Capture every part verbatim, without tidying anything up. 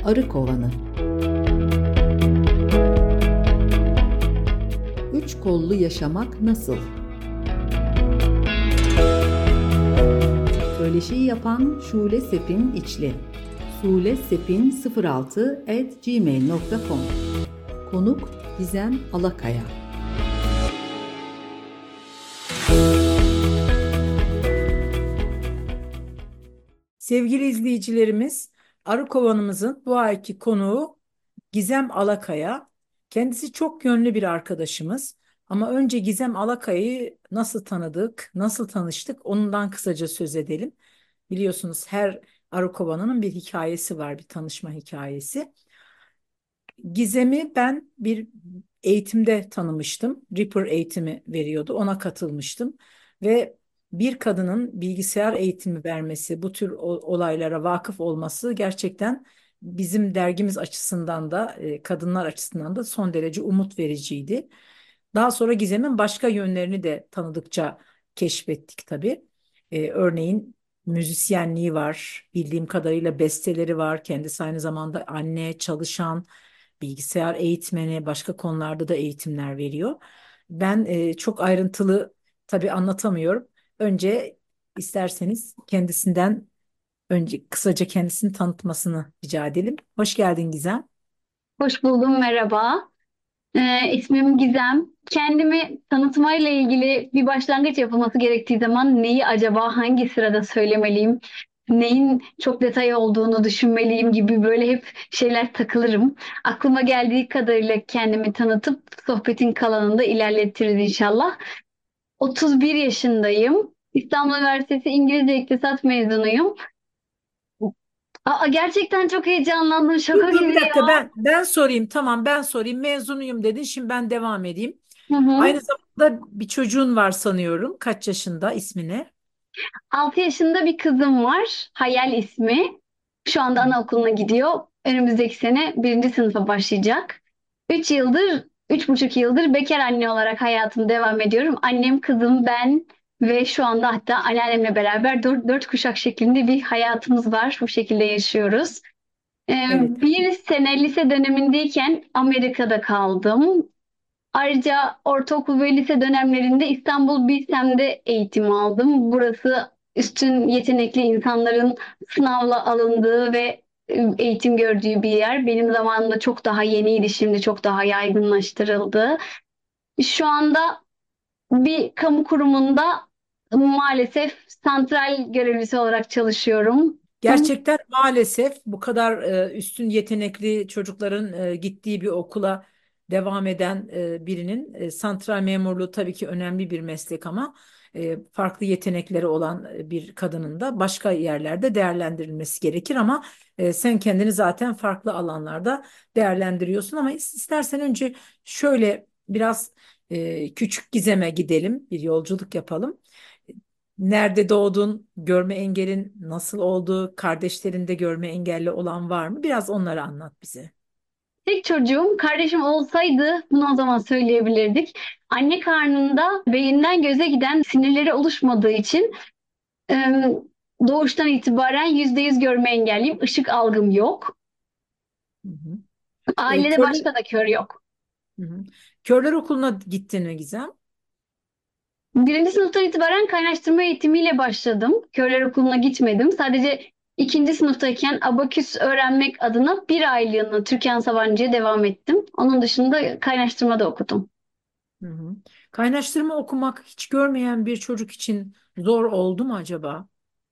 Arı Kovanı. Üç kollu yaşamak nasıl? Söyleşiyi yapan Şule Sepin İçli. sulesepin sıfır altı at gmail nokta com. Konuk Gizem Alakaya. Sevgili izleyicilerimiz, Arı Kovanımızın bu ayki konuğu Gizem Alakaya. Kendisi çok yönlü bir arkadaşımız. Ama önce Gizem Alakaya'yı nasıl tanıdık, nasıl tanıştık ondan kısaca söz edelim. Biliyorsunuz her Arı Kovanı'nın bir hikayesi var, bir tanışma hikayesi. Gizem'i ben bir eğitimde tanımıştım. Reaper eğitimi veriyordu. Ona katılmıştım. Ve bir kadının bilgisayar eğitimi vermesi, bu tür o- olaylara vakıf olması gerçekten bizim dergimiz açısından da, e, kadınlar açısından da son derece umut vericiydi. Daha sonra Gizem'in başka yönlerini de tanıdıkça keşfettik tabii. E, örneğin müzisyenliği var. Bildiğim kadarıyla besteleri var. Kendisi aynı zamanda anne, çalışan, bilgisayar eğitmeni, başka konularda da eğitimler veriyor. Ben e, çok ayrıntılı tabii anlatamıyorum. Önce isterseniz kendisinden önce kısaca kendisini tanıtmasını rica edelim. Hoş geldin Gizem. Hoş buldum, merhaba. Ee, ismim Gizem. Kendimi tanıtmayla ilgili bir başlangıç yapılması gerektiği zaman neyi acaba hangi sırada söylemeliyim, neyin çok detay olduğunu düşünmeliyim gibi böyle hep şeyler takılırım. Aklıma geldiği kadarıyla kendimi tanıtıp sohbetin kalanında ilerletiriz inşallah. otuz bir yaşındayım. İstanbul Üniversitesi İngilizce İktisat mezunuyum. Aa, gerçekten çok heyecanlandım. Dur Şaka dur gibi bir dakika, ya. ben ben sorayım. Tamam, ben sorayım. Mezunuyum dedin. Şimdi ben devam edeyim. Hı hı. Aynı zamanda bir çocuğun var sanıyorum. Kaç yaşında, ismi ne? altı yaşında bir kızım var. Hayal ismi. Şu anda Hı anaokuluna gidiyor. Önümüzdeki sene birinci sınıfa başlayacak. Üç yıldır, üç buçuk yıldır bekar anne olarak hayatımı devam ediyorum. Annem, kızım, ben ve şu anda hatta anneannemle beraber dört, dört kuşak şeklinde bir hayatımız var. Bu şekilde yaşıyoruz. Ee, Evet. bir sene lise dönemindeyken Amerika'da kaldım. Ayrıca ortaokul ve lise dönemlerinde İstanbul Bilsem'de eğitim aldım. Burası üstün yetenekli insanların sınavla alındığı ve e, eğitim gördüğü bir yer. Benim zamanımda çok daha yeniydi, şimdi çok daha yaygınlaştırıldı. Şu anda bir kamu kurumunda maalesef santral görevlisi olarak çalışıyorum. Gerçekten maalesef bu kadar e, üstün yetenekli çocukların e, gittiği bir okula devam eden e, birinin e, santral memurluğu tabii ki önemli bir meslek ama e, farklı yetenekleri olan e, bir kadının da başka yerlerde değerlendirilmesi gerekir ama e, sen kendini zaten farklı alanlarda değerlendiriyorsun ama is- istersen önce şöyle biraz e, küçük gizeme gidelim, bir yolculuk yapalım. Nerede doğdun? Görme engelin nasıl oldu? Kardeşlerinde görme engelli olan var mı? Biraz onları anlat bize. Tek çocuğum, kardeşim olsaydı bunu o zaman söyleyebilirdik. Anne karnında beyinden göze giden sinirleri oluşmadığı için e, doğuştan itibaren yüzde yüz görme engelliyim. Işık algım yok. Hı hı. E, Ailede körler, başka da kör yok. hı hı. Körler okuluna gittin mi Gizem? Birinci sınıftan itibaren kaynaştırma eğitimiyle başladım. Körler okuluna gitmedim. Sadece ikinci sınıftayken abaküs öğrenmek adına bir aylığına Türkan Sabancı'ya devam ettim. Onun dışında kaynaştırma da okudum. Hı hı. Kaynaştırma okumak hiç görmeyen bir çocuk için zor oldu mu acaba?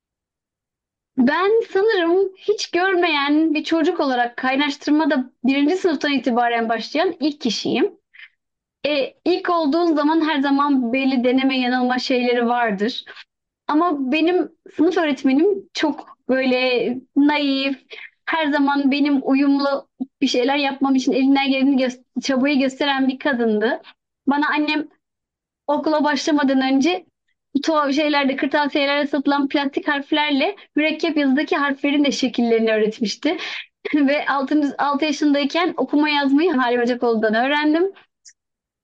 Ben sanırım hiç görmeyen bir çocuk olarak kaynaştırmada birinci sınıftan itibaren başlayan ilk kişiyim. E, ilk olduğun zaman her zaman belli deneme yanılma şeyleri vardır. Ama benim sınıf öğretmenim çok böyle naif, her zaman benim uyumlu bir şeyler yapmam için elinden geleni gö- çabayı gösteren bir kadındı. Bana annem okula başlamadan önce tuhaf şeylerde, kırtasiyelerde satılan plastik harflerle mürekkep yazıdaki harflerin de şekillerini öğretmişti. Ve altı altı yaşındayken okuma yazmayı Halim Hocaoğlu'dan öğrendim.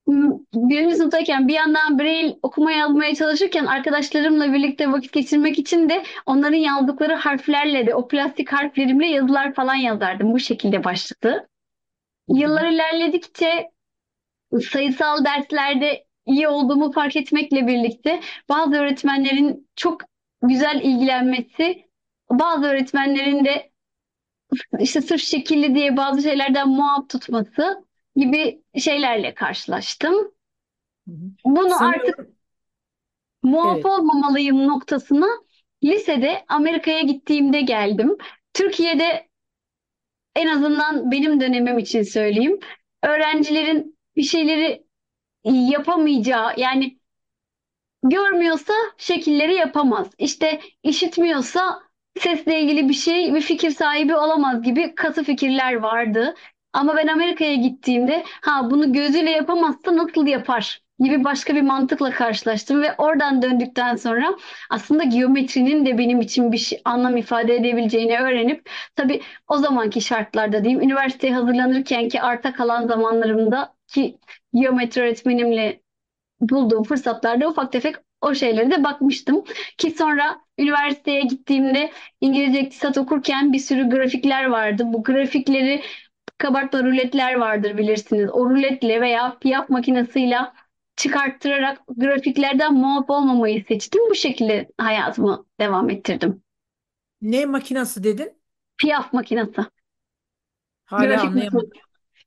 m, birinci sınıftayken bir yandan Braille okuma yazmaya çalışırken arkadaşlarımla birlikte vakit geçirmek için de onların yazdıkları harflerle de o plastik harflerimle yazılar falan yazardım. Bu şekilde başladı. Hı hı. Yıllar ilerledikçe sayısal derslerde iyi olduğumu fark etmekle birlikte bazı öğretmenlerin çok güzel ilgilenmesi, bazı öğretmenlerin de işte sırf şekilli diye bazı şeylerden muaf tutması gibi şeylerle karşılaştım. Hı hı. Bunu artık Sanıyorum, muaf evet. olmamalıyım noktasına lisede Amerika'ya gittiğimde geldim. Türkiye'de en azından benim dönemim için söyleyeyim. Öğrencilerin bir şeyleri yapamayacağı yani görmüyorsa şekilleri yapamaz. İşte işitmiyorsa sesle ilgili bir şey, bir fikir sahibi olamaz gibi katı fikirler vardı. Ama ben Amerika'ya gittiğimde ha bunu gözüyle yapamazsa nasıl yapar gibi başka bir mantıkla karşılaştım ve oradan döndükten sonra aslında geometrinin de benim için bir şey, anlam ifade edebileceğini öğrenip tabii o zamanki şartlarda diyeyim üniversiteye hazırlanırken ki arta kalan zamanlarımda ki geometri öğretmenimle bulduğum fırsatlarda ufak tefek o şeylere de bakmıştım. Ki sonra üniversiteye gittiğimde İngilizce iktisat okurken bir sürü grafikler vardı. Bu grafikleri kabartma ruletler vardır bilirsiniz. O ruletle veya piyaf makinesiyle çıkarttırarak grafiklerden muaf olmamayı seçtim. Bu şekilde hayatımı devam ettirdim. Ne makinası dedin? Piyaf makinesi. Hala Grafik makinesi. anlayamadım.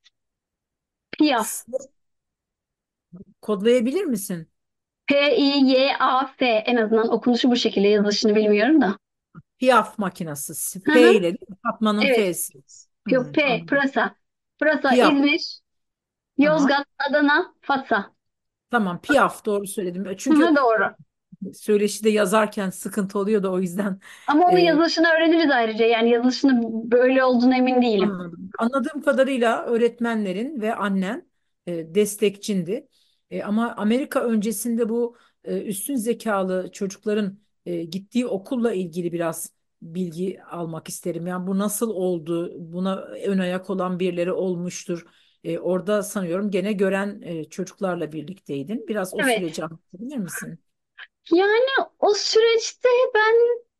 Piyaf. S- Kodlayabilir misin? P-I-Y-A-F en azından okunuşu bu şekilde yazılışını bilmiyorum da. Piyaf makinası. Hı F hı. ile değil mi? Fatma'nın Evet. F'si. Yok Hmm, P. anladım. Pırasa. Pırasa, Piyaf. İzmir, Tamam. Yozgat, Adana, Fatsa. Tamam. Piyaf doğru söyledim. Hı Çünkü hı, doğru. söyleşide yazarken sıkıntı oluyor da o yüzden Ama onun e, yazılışını öğreniriz ayrıca. Yani yazılışını böyle olduğuna emin değilim. anladım. Anladığım kadarıyla öğretmenlerin ve annen e, destekçindi. E, ama Amerika öncesinde bu e, üstün zekalı çocukların e, gittiği okulla ilgili biraz bilgi almak isterim. Yani bu nasıl oldu? Buna ön ayak olan birileri olmuştur. E, orada sanıyorum gene gören e, çocuklarla birlikteydin. Biraz o Evet. süreci anlatabilir misin? Yani o süreçte ben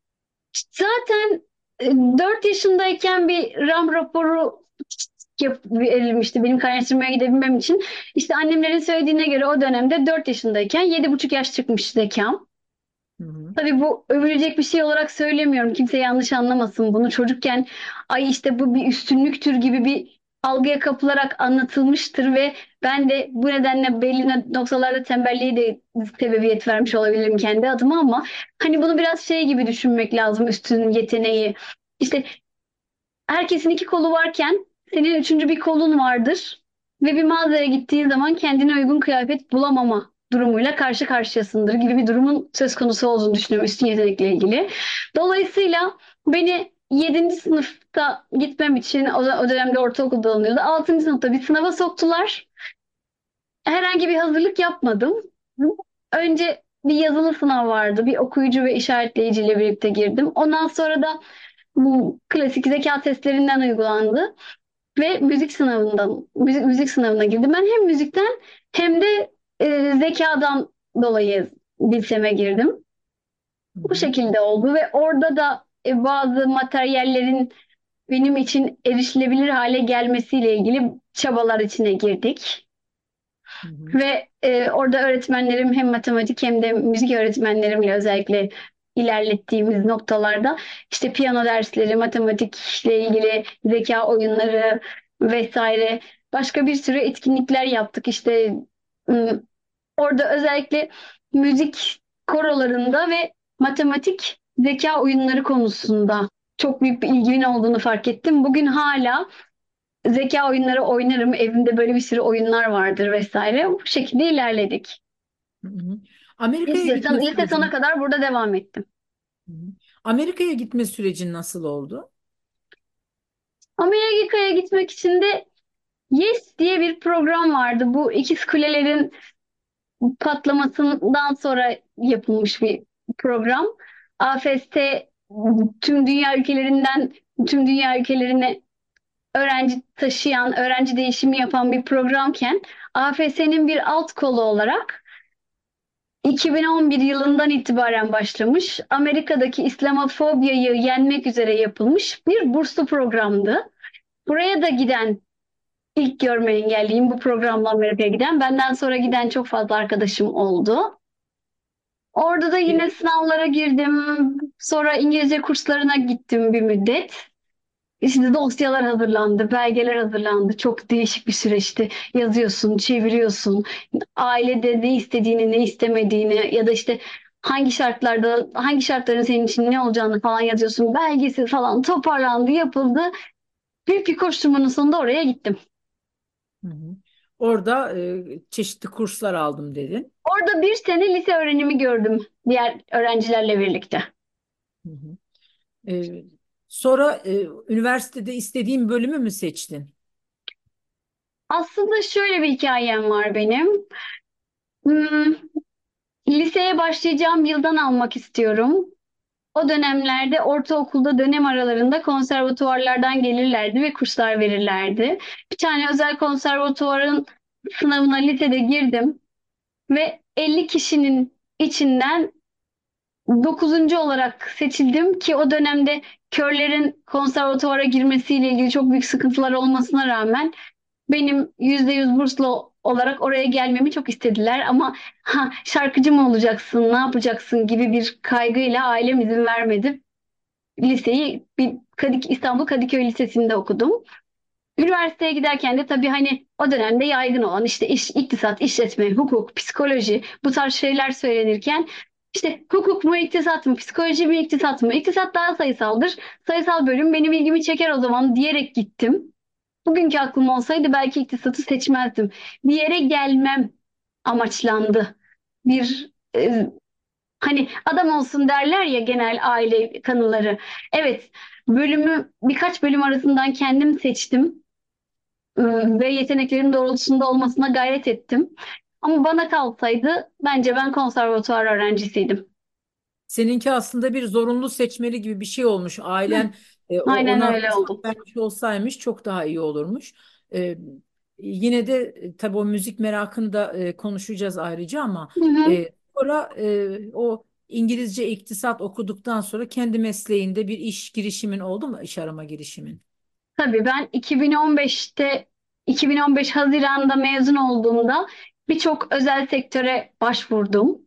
zaten e, dört yaşındayken bir RAM raporu yap- verilmişti benim kaynaştırmaya gidebilmem için. İşte annemlerin söylediğine göre o dönemde dört yaşındayken yedi buçuk yaş çıkmış zekam. Hı hı. Tabii bu övülecek bir şey olarak söylemiyorum. Kimse yanlış anlamasın bunu. Çocukken ay işte bu bir üstünlüktür gibi bir algıya kapılarak anlatılmıştır ve ben de bu nedenle belli noktalarda tembelliğe de sebebiyet vermiş olabilirim kendi adıma ama hani bunu biraz şey gibi düşünmek lazım üstün yeteneği. İşte herkesin iki kolu varken senin üçüncü bir kolun vardır ve bir mağazaya gittiğin zaman kendine uygun kıyafet bulamama durumuyla karşı karşıyasındır gibi bir durumun söz konusu olduğunu düşünüyorum üstün yetenekle ilgili. Dolayısıyla beni yedinci sınıfta gitmem için o, o dönemde ortaokulda alınıyordu. altıncı sınıfta bir sınava soktular. Herhangi bir hazırlık yapmadım. Önce bir yazılı sınav vardı. Bir okuyucu ve işaretleyiciyle birlikte girdim. Ondan sonra da bu klasik zeka testlerinden uygulandı ve müzik sınavından müzik, müzik sınavına girdim. Ben hem müzikten hem de e, zekadan dolayı bilseme girdim. Hı Bu hı. şekilde oldu ve orada da e, bazı materyallerin benim için erişilebilir hale gelmesiyle ilgili çabalar içine girdik. Hı hı. Ve e, orada öğretmenlerim hem matematik hem de müzik öğretmenlerimle özellikle ilerlettiğimiz noktalarda işte piyano dersleri, matematikle ilgili zeka oyunları vesaire başka bir sürü etkinlikler yaptık. İşte ım, orada özellikle müzik korolarında ve matematik zeka oyunları konusunda çok büyük bir ilginin olduğunu fark ettim. Bugün hala zeka oyunları oynarım. Evimde böyle bir sürü oyunlar vardır vesaire. Bu şekilde ilerledik. Hı hı. Amerika'ya Lise, son, gitme lise sona sürecin, kadar burada devam ettim. Hı hı. Amerika'ya gitme sürecin nasıl oldu? Amerika'ya gitmek için de Yes diye bir program vardı. Bu ikiz kulelerin patlamasından sonra yapılmış bir program. A F S T tüm dünya ülkelerinden tüm dünya ülkelerine öğrenci taşıyan, öğrenci değişimi yapan bir programken A F S'nin bir alt kolu olarak iki bin on bir yılından itibaren başlamış, Amerika'daki İslamofobyayı yenmek üzere yapılmış bir burslu programdı. Buraya da giden, ilk görme engelliyim, bu programla Amerika'ya giden. Benden sonra giden çok fazla arkadaşım oldu. Orada da yine sınavlara girdim. Sonra İngilizce kurslarına gittim bir müddet. İşte dosyalar hazırlandı, belgeler hazırlandı. Çok değişik bir süreçti. Yazıyorsun, çeviriyorsun. Ailede ne istediğini, ne istemediğini ya da işte hangi şartlarda, hangi şartların senin için ne olacağını falan yazıyorsun. Belgesi falan toparlandı, yapıldı. Büyük bir koşturmanın sonunda oraya gittim. Hı hı. Orada e, çeşitli kurslar aldım dedin. Orada bir sene lise öğrenimi gördüm diğer öğrencilerle birlikte. Hı hı. E, Sonra e, üniversitede istediğin bölümü mü seçtin? Aslında şöyle bir hikayem var benim. Hmm, liseye başlayacağım yıldan almak istiyorum. O dönemlerde ortaokulda dönem aralarında konservatuvarlardan gelirlerdi ve kurslar verirlerdi. Bir tane özel konservatuvarın sınavına lisede girdim ve elli kişinin içinden dokuzuncu olarak seçildim ki o dönemde körlerin konservatuvara girmesiyle ilgili çok büyük sıkıntılar olmasına rağmen benim yüzde yüz burslu olarak oraya gelmemi çok istediler ama ha, şarkıcı mı olacaksın, ne yapacaksın gibi bir kaygıyla ailem izin vermedi. Liseyi bir Kadık, İstanbul Kadıköy Lisesi'nde okudum. Üniversiteye giderken de tabii hani o dönemde yaygın olan işte iş, iktisat, işletme, hukuk, psikoloji bu tarz şeyler söylenirken işte hukuk mu, iktisat mı, psikoloji mi, iktisat mı? İktisat daha sayısaldır. Sayısal bölüm benim ilgimi çeker o zaman diyerek gittim. Bugünkü aklım olsaydı belki iktisatı seçmezdim. Bir yere gelmem amaçlandı. Bir e, Hani adam olsun derler ya genel aile kanıları. Evet, bölümü birkaç bölüm arasından kendim seçtim e, ve yeteneklerim doğrultusunda olmasına gayret ettim. Ama bana kalsaydı bence ben konservatuvar öğrencisiydim. Seninki aslında bir zorunlu seçmeli gibi bir şey olmuş. Hı, Ailen e, o- aynen ona öyle fırsat oldu. vermiş olsaymış çok daha iyi olurmuş. E, Yine de e, tabii o müzik merakını da e, konuşacağız ayrıca ama Hı hı. e, sonra e, o İngilizce iktisat okuduktan sonra kendi mesleğinde bir iş girişimin oldu mu? İş arama girişimin. Tabii ben iki bin on beşte iki bin on beş Haziran'da mezun olduğumda birçok özel sektöre başvurdum.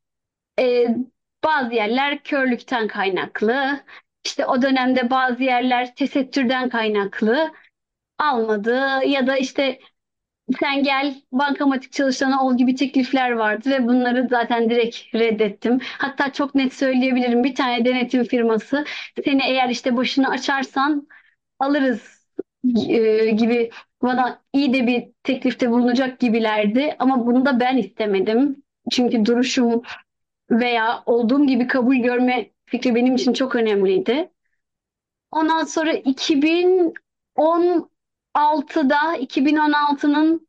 Ee, Bazı yerler körlükten kaynaklı, işte o dönemde bazı yerler tesettürden kaynaklı almadı ya da işte sen gel bankamatik çalışanı ol gibi teklifler vardı ve bunları zaten direkt reddettim. Hatta çok net söyleyebilirim bir tane denetim firması seni eğer işte başını açarsan alırız e, gibi bana iyi de bir teklifte bulunacak gibilerdi ama bunu da ben istemedim. Çünkü duruşum veya olduğum gibi kabul görme fikri benim için çok önemliydi. Ondan sonra iki bin on altıda iki bin on altının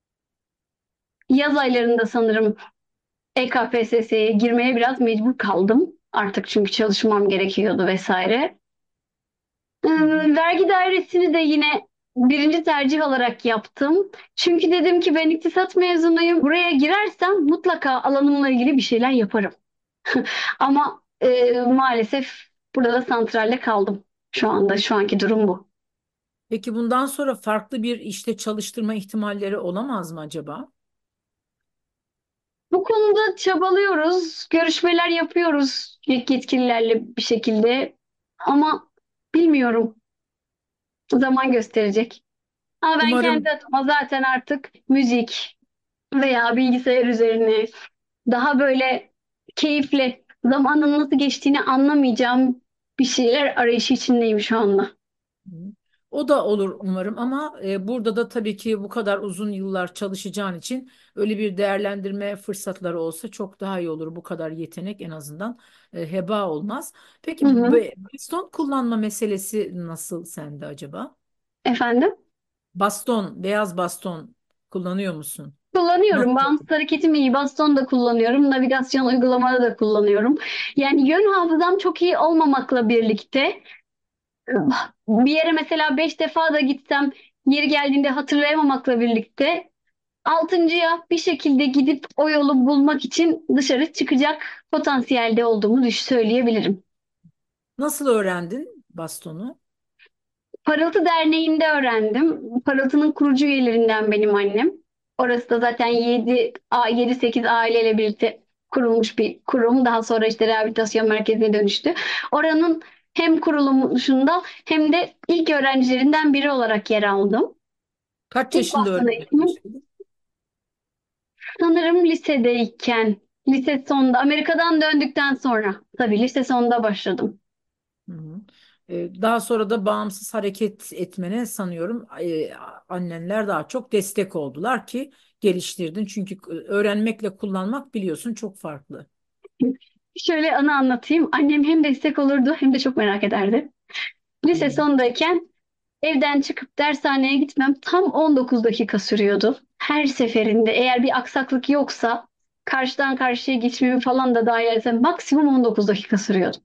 yaz aylarında sanırım E K P S S'ye girmeye biraz mecbur kaldım. Artık çünkü çalışmam gerekiyordu vesaire. Ee, Hı hı. Vergi dairesini de yine birinci tercih olarak yaptım. Çünkü dedim ki ben iktisat mezunuyum. Buraya girersem mutlaka alanımla ilgili bir şeyler yaparım. Ama e, maalesef burada da santralle kaldım. Şu anda şu anki durum bu. Peki bundan sonra farklı bir işte çalıştırma ihtimalleri olamaz mı acaba? Bu konuda çabalıyoruz, görüşmeler yapıyoruz yetkililerle bir şekilde. Ama bilmiyorum, zaman gösterecek. Ama ben kendi Umarım. adıma zaten artık müzik veya bilgisayar üzerine daha böyle keyifle zamanın nasıl geçtiğini anlamayacağım bir şeyler arayışı içindeyim şu anda. O da olur umarım ama e, burada da tabii ki bu kadar uzun yıllar çalışacağın için öyle bir değerlendirme fırsatları olsa çok daha iyi olur. Bu kadar yetenek en azından e, heba olmaz. Hı Peki hı. be- baston kullanma meselesi nasıl sende acaba? Efendim? Baston, beyaz baston kullanıyor musun? Kullanıyorum. Nasıl? Bağımsız hareketim iyi. Baston da kullanıyorum. Navigasyon uygulamada da kullanıyorum. Yani yön hafızam çok iyi olmamakla birlikte bir yere mesela beş defa da gitsem yeri geldiğinde hatırlayamamakla birlikte altıncıya bir şekilde gidip o yolu bulmak için dışarı çıkacak potansiyelde olduğumu düş söyleyebilirim. Nasıl öğrendin bastonu? Parıltı Derneği'nde öğrendim. Parıltı'nın kurucu üyelerinden benim annem. Orası da zaten yedi yedi sekiz aileyle birlikte kurulmuş bir kurum. Daha sonra işte rehabilitasyon merkezine dönüştü. Oranın hem kuruluşunda hem de ilk öğrencilerinden biri olarak yer aldım. Kaç İlk yaşında baston öğrenmeye eğitimi başladın? sanırım lisedeyken, lise sonunda, Amerika'dan döndükten sonra, tabii lise sonunda başladım. Hı hı. Ee, Daha sonra da bağımsız hareket etmene sanıyorum e, annenler daha çok destek oldular ki geliştirdin. Çünkü öğrenmekle kullanmak biliyorsun çok farklı. Şöyle anı anlatayım. Annem hem destek olurdu hem de çok merak ederdi. Hı Lise hı. sondayken evden çıkıp dershaneye gitmem tam on dokuz dakika sürüyordu. Her seferinde eğer bir aksaklık yoksa karşıdan karşıya geçmemi falan da dahil etsem maksimum on dokuz dakika sürüyordu.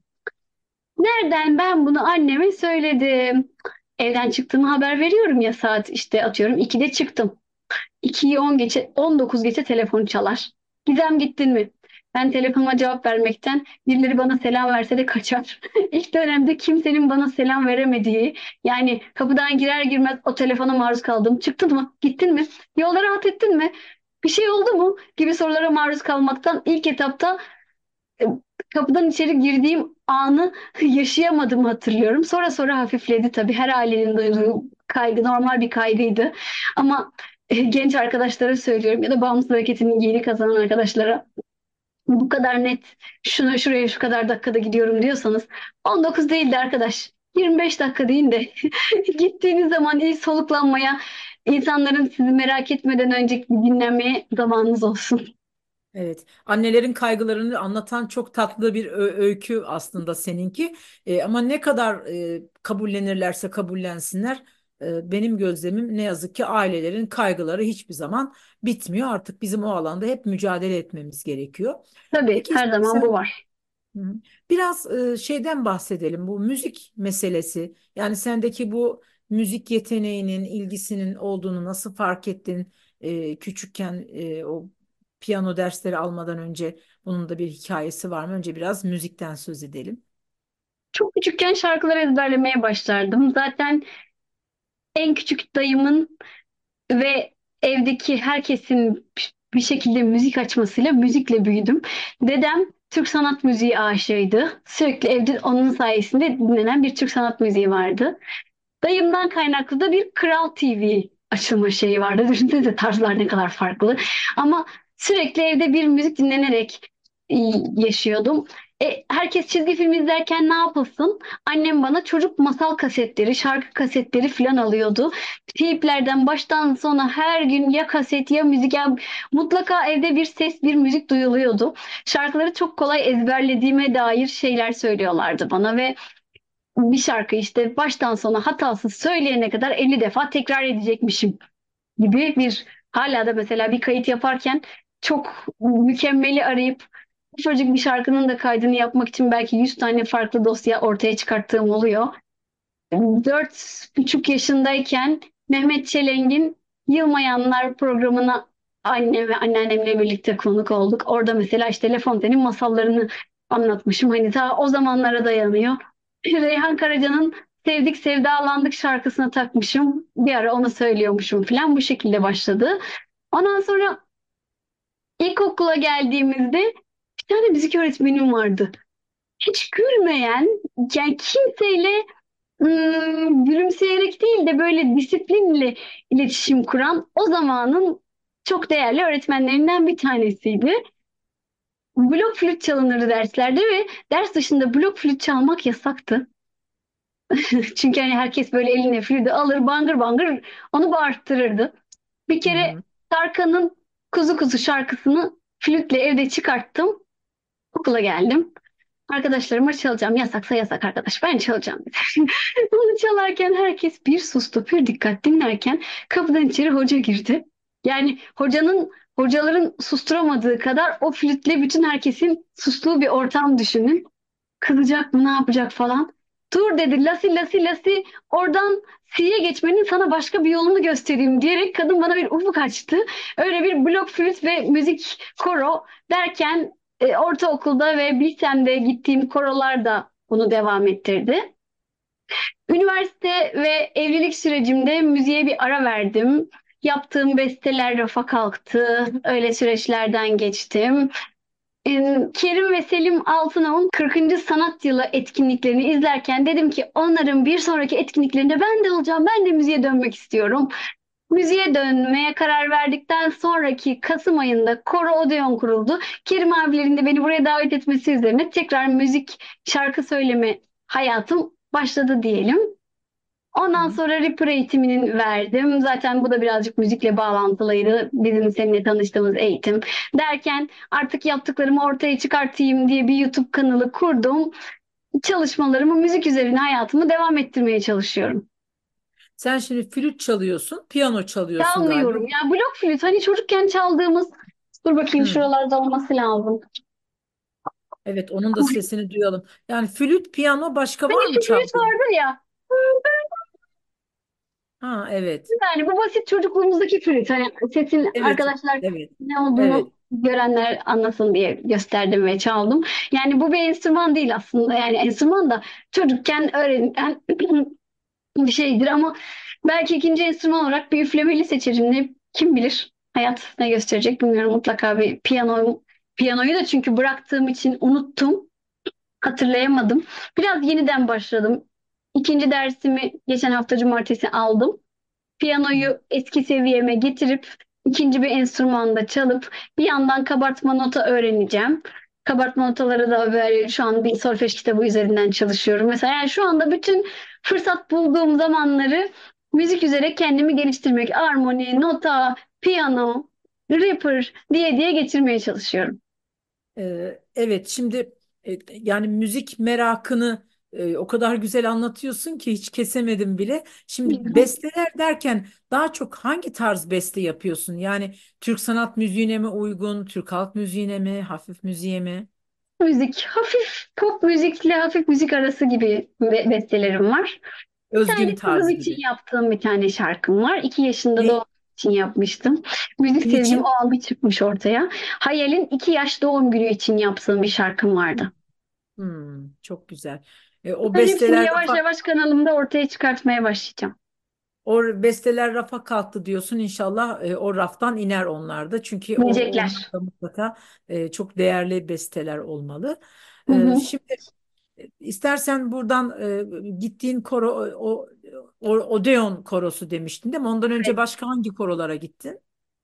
Nereden ben bunu anneme söyledim. Evden çıktığımı haber veriyorum ya, saat işte atıyorum ikide çıktım. ikiyi on geçe, on dokuz geçe telefon çalar. Gizem gittin mi? Ben telefonuma cevap vermekten birileri bana selam verse de kaçar. İlk dönemde kimsenin bana selam veremediği, yani kapıdan girer girmez o telefona maruz kaldım. Çıktın mı? Gittin mi? Yolda rahat ettin mi? Bir şey oldu mu? Gibi sorulara maruz kalmaktan ilk etapta e, kapıdan içeri girdiğim anı yaşayamadığımı hatırlıyorum. Sonra sonra hafifledi tabii. Her ailenin duyduğu kaygı normal bir kaygıydı. Ama e, genç arkadaşlara söylüyorum ya da bağımsız hareketinin yeni kazanan arkadaşlara, bu kadar net şuna şuraya şu kadar dakikada gidiyorum diyorsanız on dokuz değildi arkadaş. yirmi beş dakika deyin de gittiğiniz zaman iyi soluklanmaya, insanların sizi merak etmeden önce dinlemeye zamanınız olsun. Evet, annelerin kaygılarını anlatan çok tatlı bir ö- öykü aslında seninki. E, ama ne kadar e, kabullenirlerse kabullensinler, e, benim gözlemim ne yazık ki ailelerin kaygıları hiçbir zaman bitmiyor. Artık bizim o alanda hep mücadele etmemiz gerekiyor. Tabii Peki her zaman bu sen var. Hı hı. Biraz e, şeyden bahsedelim, bu müzik meselesi. Yani sendeki bu müzik yeteneğinin, ilgisinin olduğunu nasıl fark ettin? E, küçükken e, o piyano dersleri almadan önce bunun da bir hikayesi var mı? Önce biraz müzikten söz edelim. Çok küçükken şarkıları ezberlemeye başlardım. Zaten en küçük dayımın ve evdeki herkesin bir şekilde müzik açmasıyla müzikle büyüdüm. Dedem Türk sanat müziği aşığıydı. Sürekli evde onun sayesinde dinlenen bir Türk sanat müziği vardı. Dayımdan kaynaklı da bir Kral T V açılma şeyi vardı. Düşünsenize tarzlar ne kadar farklı. Ama sürekli evde bir müzik dinlenerek e, yaşıyordum. E, herkes çizgi film izlerken ne yapılsın? Annem bana çocuk masal kasetleri, şarkı kasetleri falan alıyordu. Teyplerden baştan sona her gün ya kaset ya müzik, ya mutlaka evde bir ses, bir müzik duyuluyordu. Şarkıları çok kolay ezberlediğime dair şeyler söylüyorlardı bana ve bir şarkı işte baştan sona hatasız söyleyene kadar elli defa tekrar edecekmişim gibi bir, hala da mesela bir kayıt yaparken çok mükemmeli arayıp ufacık bir şarkının da kaydını yapmak için belki yüz tane farklı dosya ortaya çıkarttığım oluyor. Dört buçuk yaşındayken Mehmet Çelenk'in Yılmayanlar programına annem ve anneannemle birlikte konuk olduk. Orada mesela işte Le Fontaine'in masallarını anlatmışım. Hani ta o zamanlara dayanıyor. Reyhan Karaca'nın Sevdik Sevdalandık şarkısına takmışım. Bir ara onu söylüyormuşum falan. Bu şekilde başladı. Ondan sonra ilkokula geldiğimizde bir tane müzik öğretmenim vardı. Hiç gülmeyen, yani kimseyle ım, gülümseyerek değil de böyle disiplinle iletişim kuran o zamanın çok değerli öğretmenlerinden bir tanesiydi. Blok flüt çalınırdı derslerde ve ders dışında blok flüt çalmak yasaktı. Çünkü hani herkes böyle eline flütü alır bangır bangır onu bağırttırırdı. Bir Hı kere hı. Tarkan'ın Kuzu Kuzu şarkısını flütle evde çıkarttım. Okula geldim. Arkadaşlarıma çalacağım. Yasaksa yasak arkadaş. Ben çalacağım dedi. Bunu çalarken herkes bir sustu, bir dikkat dinlerken kapıdan içeri hoca girdi. Yani hocanın, hocaların susturamadığı kadar o flütle bütün herkesin sustuğu bir ortam düşünün. Kızacak mı, ne yapacak falan. dur dedi, lasi lasi lasi, oradan si'ye geçmenin sana başka bir yolunu göstereyim diyerek kadın bana bir ufuk açtı. Öyle bir blok flüt ve müzik koro derken e, ortaokulda ve lisemde gittiğim korolar da bunu devam ettirdi. Üniversite ve evlilik sürecimde müziğe bir ara verdim. Yaptığım besteler rafa kalktı. Öyle süreçlerden geçtim. Ee, Kerim ve Selim Altınok'un kırkıncı sanat yılı etkinliklerini izlerken dedim ki onların bir sonraki etkinliklerinde ben de olacağım. Ben de müziğe dönmek istiyorum. Müziğe dönmeye karar verdikten sonraki Kasım ayında Koro Odeon kuruldu. Kerim abilerin de beni buraya davet etmesi üzerine tekrar müzik, şarkı söyleme hayatım başladı diyelim. Hı Ondan hı. sonra Reaper eğitimini verdim. Zaten bu da birazcık müzikle bağlantılıydı. Bizim seninle tanıştığımız eğitim. Derken artık yaptıklarımı ortaya çıkartayım diye bir YouTube kanalı kurdum. Çalışmalarımı müzik üzerine hayatımı devam ettirmeye çalışıyorum. Sen şimdi flüt çalıyorsun, piyano çalıyorsun galiba. Çalmıyorum. Ya blok flüt hani çocukken çaldığımız, dur bakayım Hı. şuralarda olması lazım. Evet, onun da sesini duyalım. Yani flüt, piyano, başka Hani var mı şu flüt çaldığın? vardır ya. Ha, evet. Yani bu basit çocukluğumuzdaki flüt. Hani sesin Evet, arkadaşlar evet, ne olduğunu evet. görenler anlasın diye gösterdim ve çaldım. Yani bu bir enstrüman değil aslında. Yani enstrüman da çocukken öğrenilen bir şeydir ama belki ikinci enstrüman olarak bir üflemeli seçerim. Ne, kim bilir hayat ne gösterecek bilmiyorum. Mutlaka bir piyano, piyanoyu da çünkü bıraktığım için unuttum. Hatırlayamadım. Biraz yeniden başladım. İkinci dersimi geçen hafta cumartesi aldım. Hı. Piyanoyu eski seviyeme getirip ikinci bir enstrümanda çalıp bir yandan kabartma nota öğreneceğim. Kabartma notaları da böyle şu an bir solfej kitabı üzerinden çalışıyorum. Mesela yani şu anda bütün fırsat bulduğum zamanları müzik üzere kendimi geliştirmek, armoni, nota, piyano, Reaper diye diye geçirmeye çalışıyorum. Ee, evet, şimdi e, yani müzik merakını e, o kadar güzel anlatıyorsun ki hiç kesemedim bile. Şimdi besteler derken daha çok hangi tarz beste yapıyorsun? Yani Türk sanat müziğine mi uygun, Türk halk müziğine mi, hafif müziğe mi? Müzik, hafif pop müzikle hafif müzik arası gibi be- bestelerim var. Bir Özgün tane kızım tarz için gibi. yaptığım bir tane şarkım var. İki yaşında Ne, doğum için yapmıştım. Müzik sevgim o niçin? an bir çıkmış ortaya. Hayal'in iki yaş doğum günü için yaptığım bir şarkım vardı. Hmm, çok güzel. E, o Ben hepsini besteler yavaş rafa, yavaş kanalımda ortaya çıkartmaya başlayacağım. o besteler rafa kalktı diyorsun. İnşallah e, o raftan iner onlar da. Çünkü o onlar Diyecekler. da mutlaka e, çok değerli besteler olmalı. Hı E, hı. şimdi istersen buradan e, gittiğin koro o, o Odeon korosu demiştin değil mi? Ondan önce Evet. başka hangi korolara gittin?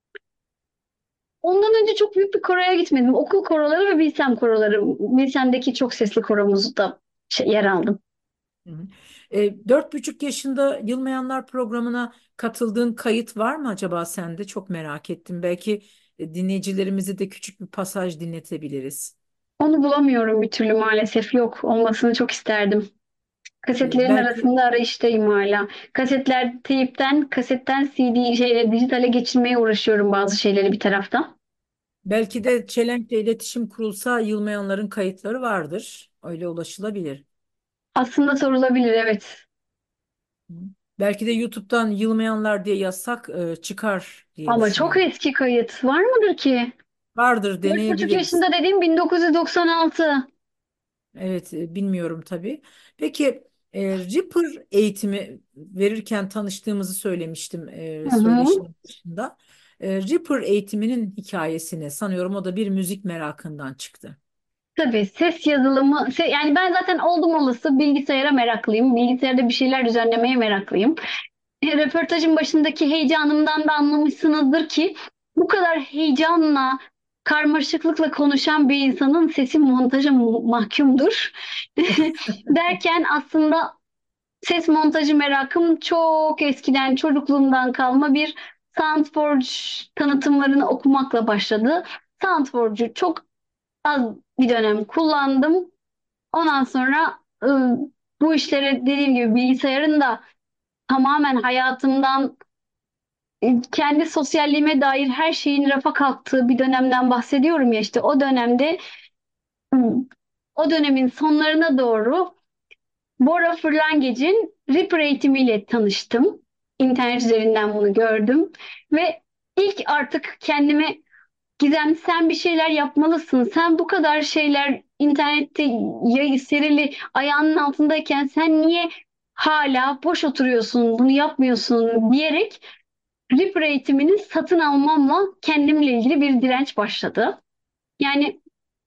Ondan önce çok büyük bir koroya gitmedim. Okul koroları ve bilsem koroları. Bilsem'deki çok sesli koromuzda şey, yer aldım. Hı hı. E, dört buçuk yaşında Yılmayanlar programına katıldığın kayıt var mı acaba sende? Çok merak ettim. Belki e, dinleyicilerimize de küçük bir pasaj dinletebiliriz. Onu bulamıyorum bir türlü maalesef. Yok. Olmasını çok isterdim. E, Kasetlerin belki arasında arayıştayım hala. Kasetler teyipten, kasetten C D şeyle dijitale geçirmeye uğraşıyorum bazı şeyleri bir taraftan. belki de Çelenk'le iletişim kurulsa Yılmayanların kayıtları vardır. Öyle ulaşılabilir. Aslında sorulabilir evet. Hı. Belki de YouTube'dan Yılmayanlar diye yazsak e, çıkar diye Ama çok düşünüyorum. eski kayıt var mıdır ki? Vardır, Dört buçuk deneyebiliriz. yaşında dediğim bin dokuz yüz doksan altı. Evet, e, bilmiyorum tabii. Peki e, Reaper eğitimi verirken tanıştığımızı söylemiştim e, Hı hı. söyleşinin başında. E, Reaper eğitiminin hikayesini sanıyorum o da bir müzik merakından çıktı. Tabii ses yazılımı, se- yani ben zaten oldum olası bilgisayara meraklıyım. Bilgisayarda bir şeyler düzenlemeye meraklıyım. E, röportajın başındaki heyecanımdan da anlamışsınızdır ki bu kadar heyecanla, karmaşıklıkla konuşan bir insanın sesi montaja mu- mahkumdur. Derken aslında ses montajı merakım çok eskiden çocukluğumdan kalma bir Soundforge tanıtımlarını okumakla başladı. Soundforge'u çok az bir dönem kullandım. Ondan sonra ı, bu işlere dediğim gibi bilgisayarın da tamamen hayatımdan kendi sosyalliğime dair her şeyin rafa kalktığı bir dönemden bahsediyorum ya işte o dönemde o dönemin sonlarına doğru Bora Fırlangec'in Reaper eğitimiyle tanıştım. İnternet üzerinden bunu gördüm ve ilk artık kendime Gizem sen bir şeyler yapmalısın. Sen bu kadar şeyler internette yayı serili ayağının altındayken sen niye hala boş oturuyorsun, bunu yapmıyorsun diyerek Reaper eğitimini satın almamla kendimle ilgili bir direnç başladı. Yani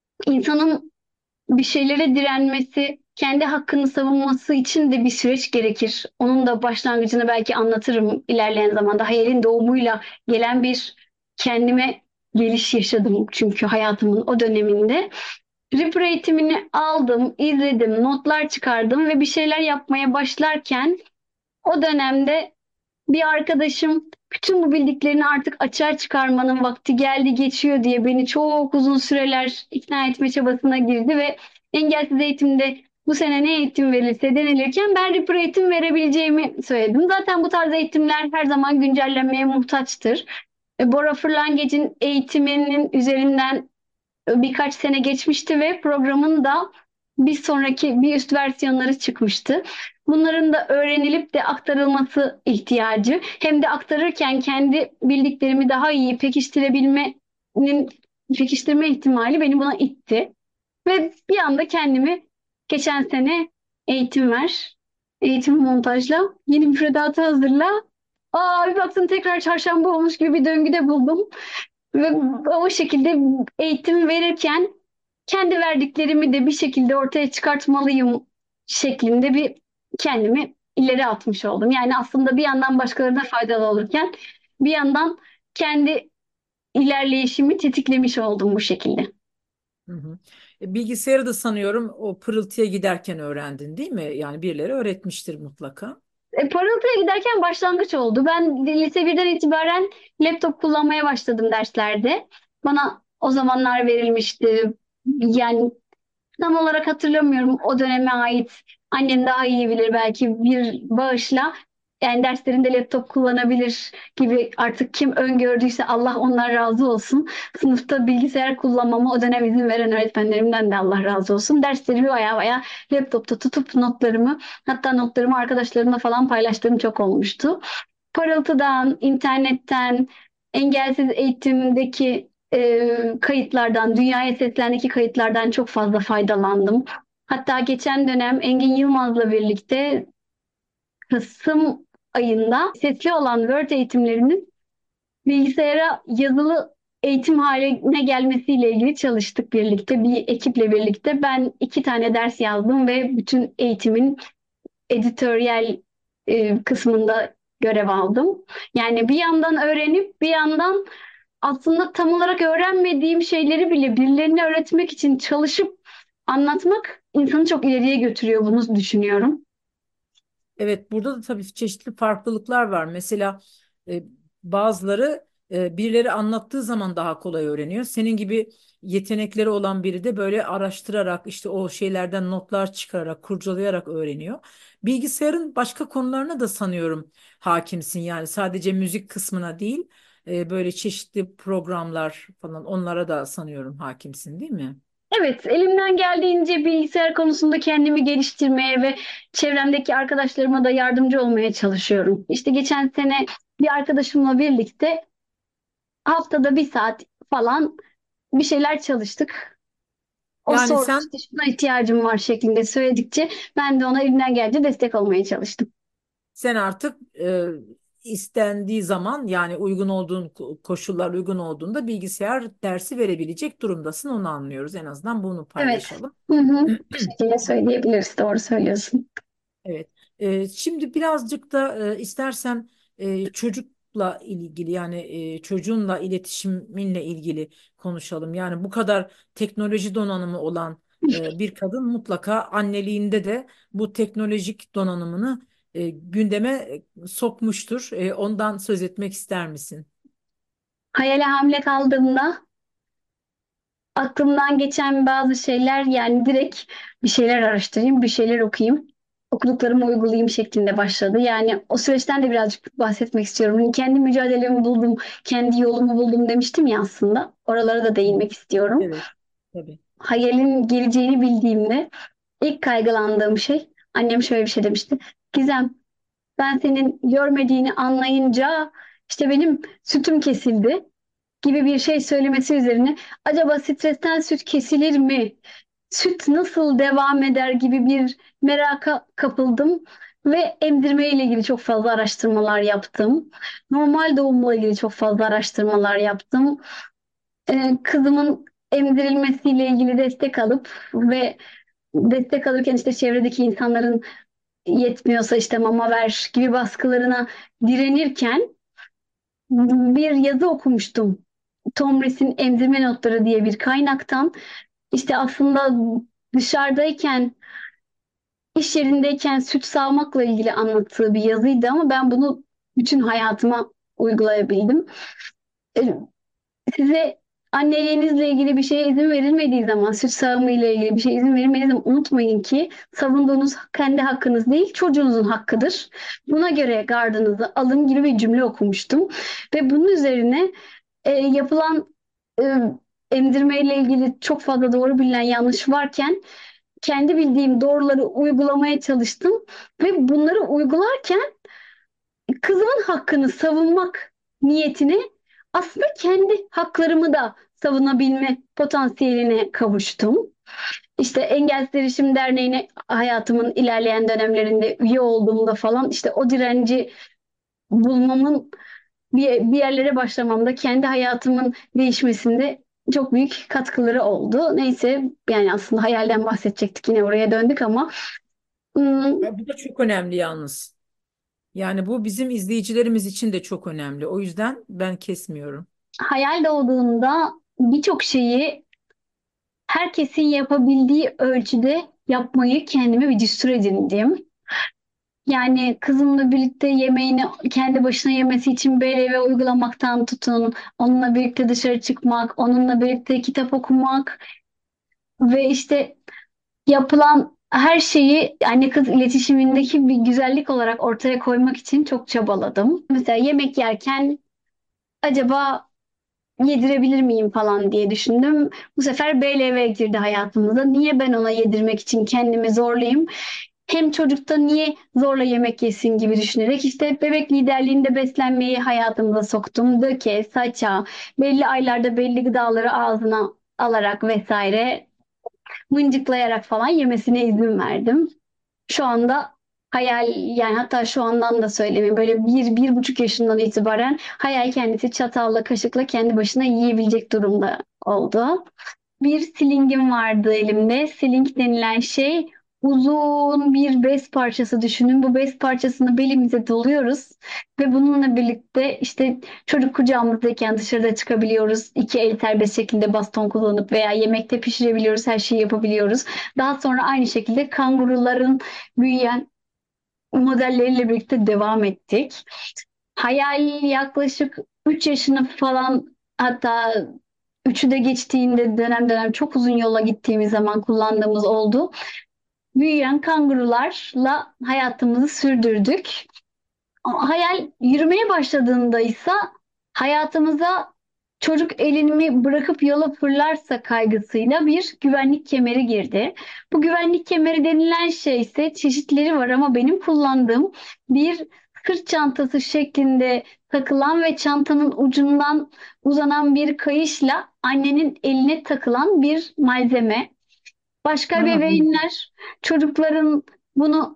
insanın bir şeylere direnmesi, kendi hakkını savunması için de bir süreç gerekir. Onun da başlangıcını belki anlatırım ilerleyen zamanda. Hayalin doğumuyla gelen bir kendime geliş yaşadım çünkü hayatımın o döneminde. Reaper eğitimini aldım, izledim, notlar çıkardım ve bir şeyler yapmaya başlarken o dönemde bir arkadaşım bütün bu bildiklerini artık açığa çıkarmanın vakti geldi geçiyor diye beni çok uzun süreler ikna etme çabasına girdi ve engelsiz eğitimde bu sene ne eğitim verilse denilirken ben Ripper eğitim verebileceğimi söyledim. Zaten bu tarz eğitimler her zaman güncellenmeye muhtaçtır. E, Bora Fırlangec'in eğitiminin üzerinden birkaç sene geçmişti ve programın da bir sonraki bir üst versiyonları çıkmıştı. Bunların da öğrenilip de aktarılması ihtiyacı. Hem de aktarırken kendi bildiklerimi daha iyi pekiştirebilmenin pekiştirme ihtimali beni buna itti. Ve bir anda kendimi geçen sene eğitim ver, eğitim montajla, yeni müfredatı hazırla. Aa bir baktım tekrar çarşamba olmuş gibi bir döngüde buldum. Ve o şekilde eğitim verirken kendi verdiklerimi de bir şekilde ortaya çıkartmalıyım şeklinde bir kendimi ileri atmış oldum. Yani aslında bir yandan başkalarına faydalı olurken bir yandan kendi ilerleyişimi tetiklemiş oldum bu şekilde. Hı hı. E, Bilgisayarı da sanıyorum o pırıltıya giderken öğrendin, değil mi? Yani birileri öğretmiştir mutlaka. E, parıltıya giderken başlangıç oldu. Ben lise birden itibaren laptop kullanmaya başladım derslerde. Bana o zamanlar verilmişti. Yani tam olarak hatırlamıyorum o döneme ait. Annem daha iyi bilir belki bir bağışla. Yani derslerinde laptop kullanabilir gibi artık kim öngördüyse Allah ondan razı olsun. Sınıfta bilgisayar kullanmama o dönem izin veren öğretmenlerimden de Allah razı olsun. Derslerimi baya baya laptopta tutup notlarımı hatta notlarımı arkadaşlarımla falan paylaştığım çok olmuştu. Parıltıdan, internetten, engelsiz eğitimdeki e, kayıtlardan, Dünyaya Seslen'deki kayıtlardan çok fazla faydalandım. Hatta geçen dönem Engin Yılmaz'la birlikte Kasım ayında sesli olan Word eğitimlerinin bilgisayara yazılı eğitim haline gelmesiyle ilgili çalıştık birlikte. Bir ekiple birlikte. Ben iki tane ders yazdım ve bütün eğitimin editoryal e, kısmında görev aldım. Yani bir yandan öğrenip bir yandan aslında tam olarak öğrenmediğim şeyleri bile birilerine öğretmek için çalışıp anlatmak insanı çok ileriye götürüyor bunu düşünüyorum. Evet, burada da tabii çeşitli farklılıklar var. Mesela e, bazıları e, birileri anlattığı zaman daha kolay öğreniyor. Senin gibi yetenekleri olan biri de böyle araştırarak işte o şeylerden notlar çıkararak, kurcalayarak öğreniyor. Bilgisayarın başka konularına da sanıyorum hakimsin. Yani sadece müzik kısmına değil, e, böyle çeşitli programlar falan onlara da sanıyorum hakimsin, değil mi? Evet, elimden geldiğince bilgisayar konusunda kendimi geliştirmeye ve çevremdeki arkadaşlarıma da yardımcı olmaya çalışıyorum. İşte geçen sene bir arkadaşımla birlikte haftada bir saat falan bir şeyler çalıştık. O Yani sordu sen işte şuna ihtiyacım var şeklinde söyledikçe ben de ona elimden geldiğince destek olmaya çalıştım. Sen artık e, istendiği zaman yani uygun olduğun ko- koşullar uygun olduğunda bilgisayar dersi verebilecek durumdasın, onu anlıyoruz. En azından bunu Evet. paylaşalım. Hı hı. Bu şekilde söyleyebiliriz. Doğru söylüyorsun. Evet. E, şimdi birazcık da e, istersen e, çocukla ilgili yani e, çocuğunla iletişiminle ilgili konuşalım. Yani bu kadar teknoloji donanımı olan e, bir kadın mutlaka anneliğinde de bu teknolojik donanımını e, gündeme e, sokmuştur. E, ondan söz etmek ister misin? Hayale hamile kaldığımda aklımdan geçen bazı şeyler yani direkt bir şeyler araştırayım, bir şeyler okuyayım. Okuduklarımı uygulayayım şeklinde başladı. Yani o süreçten de birazcık bahsetmek istiyorum. Hani kendi mücadelemi buldum, kendi yolumu buldum demiştim ya aslında. Oralara da değinmek istiyorum. Evet, tabii. Hayalin geleceğini bildiğimde ilk kaygılandığım şey Annem şöyle bir şey demişti. Gizem, ben senin görmediğini anlayınca işte benim sütüm kesildi gibi bir şey söylemesi üzerine acaba stresten süt kesilir mi? Süt nasıl devam eder gibi bir meraka kapıldım ve emzirme ile ilgili çok fazla araştırmalar yaptım. Normal doğumla ilgili çok fazla araştırmalar yaptım. Ee, kızımın emzirilmesiyle ilgili destek alıp ve destek alırken işte çevredeki insanların yetmiyorsa işte mama ver gibi baskılarına direnirken bir yazı okumuştum. Tomris'in Emzirme Notları diye bir kaynaktan. İşte aslında dışarıdayken, iş yerindeyken süt sağmakla ilgili anlattığı bir yazıydı ama ben bunu bütün hayatıma uygulayabildim. E, Size anneliğinizle ilgili bir şeye izin verilmediği zaman, süt sağımı ile ilgili bir şeye izin verilmediği zaman unutmayın ki savunduğunuz kendi hakkınız değil, çocuğunuzun hakkıdır. Buna göre gardınızı alın gibi bir cümle okumuştum. Ve bunun üzerine e, yapılan e, emzirme ile ilgili çok fazla doğru bilinen yanlış varken kendi bildiğim doğruları uygulamaya çalıştım ve bunları uygularken kızımın hakkını savunmak niyetine aslında kendi haklarımı da savunabilme potansiyeline kavuştum. İşte Engelsiz Erişim Derneği'ne hayatımın ilerleyen dönemlerinde üye olduğumda falan işte o direnci bulmamın bir, bir yerlere başlamamda kendi hayatımın değişmesinde çok büyük katkıları oldu. Neyse yani aslında hayalden bahsedecektik yine oraya döndük ama ım, Ha, bu da çok önemli yalnız. Yani bu bizim izleyicilerimiz için de çok önemli. O yüzden ben kesmiyorum. hayal doğduğunda birçok şeyi herkesin yapabildiği ölçüde yapmayı kendime bir düstur edindim. Yani kızımla birlikte yemeğini kendi başına yemesi için B L V uygulamaktan tutun, onunla birlikte dışarı çıkmak, onunla birlikte kitap okumak ve işte yapılan her şeyi anne kız iletişimindeki bir güzellik olarak ortaya koymak için çok çabaladım. Mesela yemek yerken acaba yedirebilir miyim falan diye düşündüm. Bu sefer B L V girdi hayatımıza. Niye ben ona yedirmek için kendimi zorlayayım? Hem çocukta niye zorla yemek yesin gibi düşünerek işte bebek liderliğinde beslenmeyi hayatımıza soktum. Döke, saça, belli aylarda belli gıdaları ağzına alarak vesaire mıncıklayarak falan yemesine izin verdim. Şu anda hayal yani hatta şu andan da söylemeyeyim böyle bir, bir buçuk yaşından itibaren hayal kendisi çatalla kaşıkla kendi başına yiyebilecek durumda oldu. Bir silingim vardı elimde. Siling denilen şey uzun bir bez parçası düşünün. Bu bez parçasını belimize doluyoruz ve bununla birlikte işte çocuk kucağımızdayken dışarıda çıkabiliyoruz. İki el serbest şekilde baston kullanıp veya yemekte pişirebiliyoruz. Her şeyi yapabiliyoruz. Daha sonra aynı şekilde kanguruların büyüyen modelleriyle birlikte devam ettik. Hayal yaklaşık üç yaşını falan hatta üçü de geçtiğinde dönem dönem çok uzun yola gittiğimiz zaman kullandığımız oldu. Büyüyen kangurularla hayatımızı sürdürdük. Ama hayal yürümeye başladığında ise hayatımıza çocuk elini bırakıp yola fırlarsa kaygısıyla bir güvenlik kemeri girdi. Bu güvenlik kemeri denilen şey ise çeşitleri var ama benim kullandığım bir sırt çantası şeklinde takılan ve çantanın ucundan uzanan bir kayışla annenin eline takılan bir malzeme. Başka Ha, bebeğinler çocukların bunu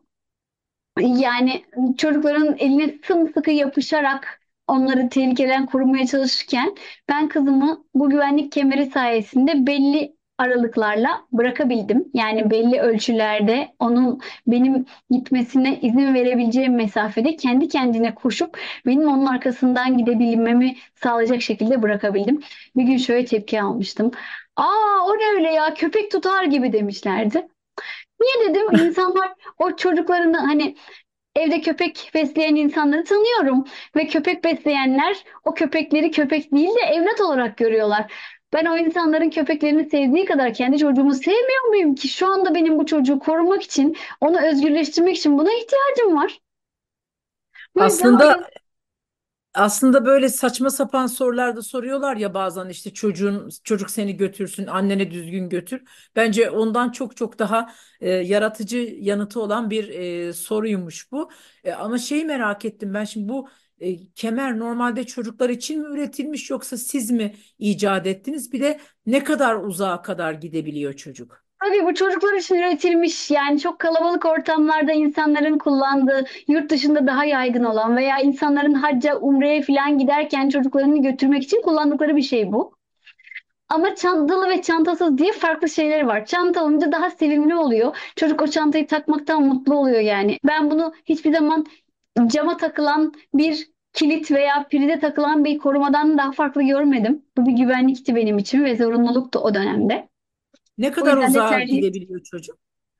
yani çocukların eline sımsıkı yapışarak onları tehlikeden korumaya çalışırken ben kızımı bu güvenlik kemeri sayesinde belli aralıklarla bırakabildim. Yani belli ölçülerde onun benim gitmesine izin verebileceğim mesafede kendi kendine koşup benim onun arkasından gidebilmemi sağlayacak şekilde bırakabildim. Bir gün şöyle tepki almıştım. Aa o ne öyle ya köpek tutar gibi demişlerdi. Niye dedim insanlar o çocuklarını hani evde köpek besleyen insanları tanıyorum ve köpek besleyenler o köpekleri köpek değil de evlat olarak görüyorlar. Ben o insanların köpeklerini sevdiği kadar kendi çocuğumu sevmiyor muyum ki? Şu anda benim bu çocuğu korumak için, onu özgürleştirmek için buna ihtiyacım var. Bu yüzden o aslında yüzden Aslında böyle saçma sapan sorular da soruyorlar ya bazen, işte çocuğun çocuk seni götürsün, annene düzgün götür. Bence ondan çok çok daha e, yaratıcı yanıtı olan bir e, soruymuş bu. E, ama şeyi merak ettim ben şimdi, bu e, kemer normalde çocuklar için mi üretilmiş yoksa siz mi icat ettiniz? Bir de ne kadar uzağa kadar gidebiliyor çocuk? Tabii bu çocuklar için üretilmiş, yani çok kalabalık ortamlarda insanların kullandığı, yurt dışında daha yaygın olan veya insanların hacca, umreye falan giderken çocuklarını götürmek için kullandıkları bir şey bu. Ama çantalı ve çantasız diye farklı şeyleri var. Çanta olunca daha sevimli oluyor. Çocuk o çantayı takmaktan mutlu oluyor yani. Ben bunu hiçbir zaman cama takılan bir kilit veya prize takılan bir korumadan daha farklı görmedim. Bu bir güvenlikti benim için ve zorunluluktu o dönemde. Ne O kadar yüzden de uzağa tercih. gidebiliyor çocuk?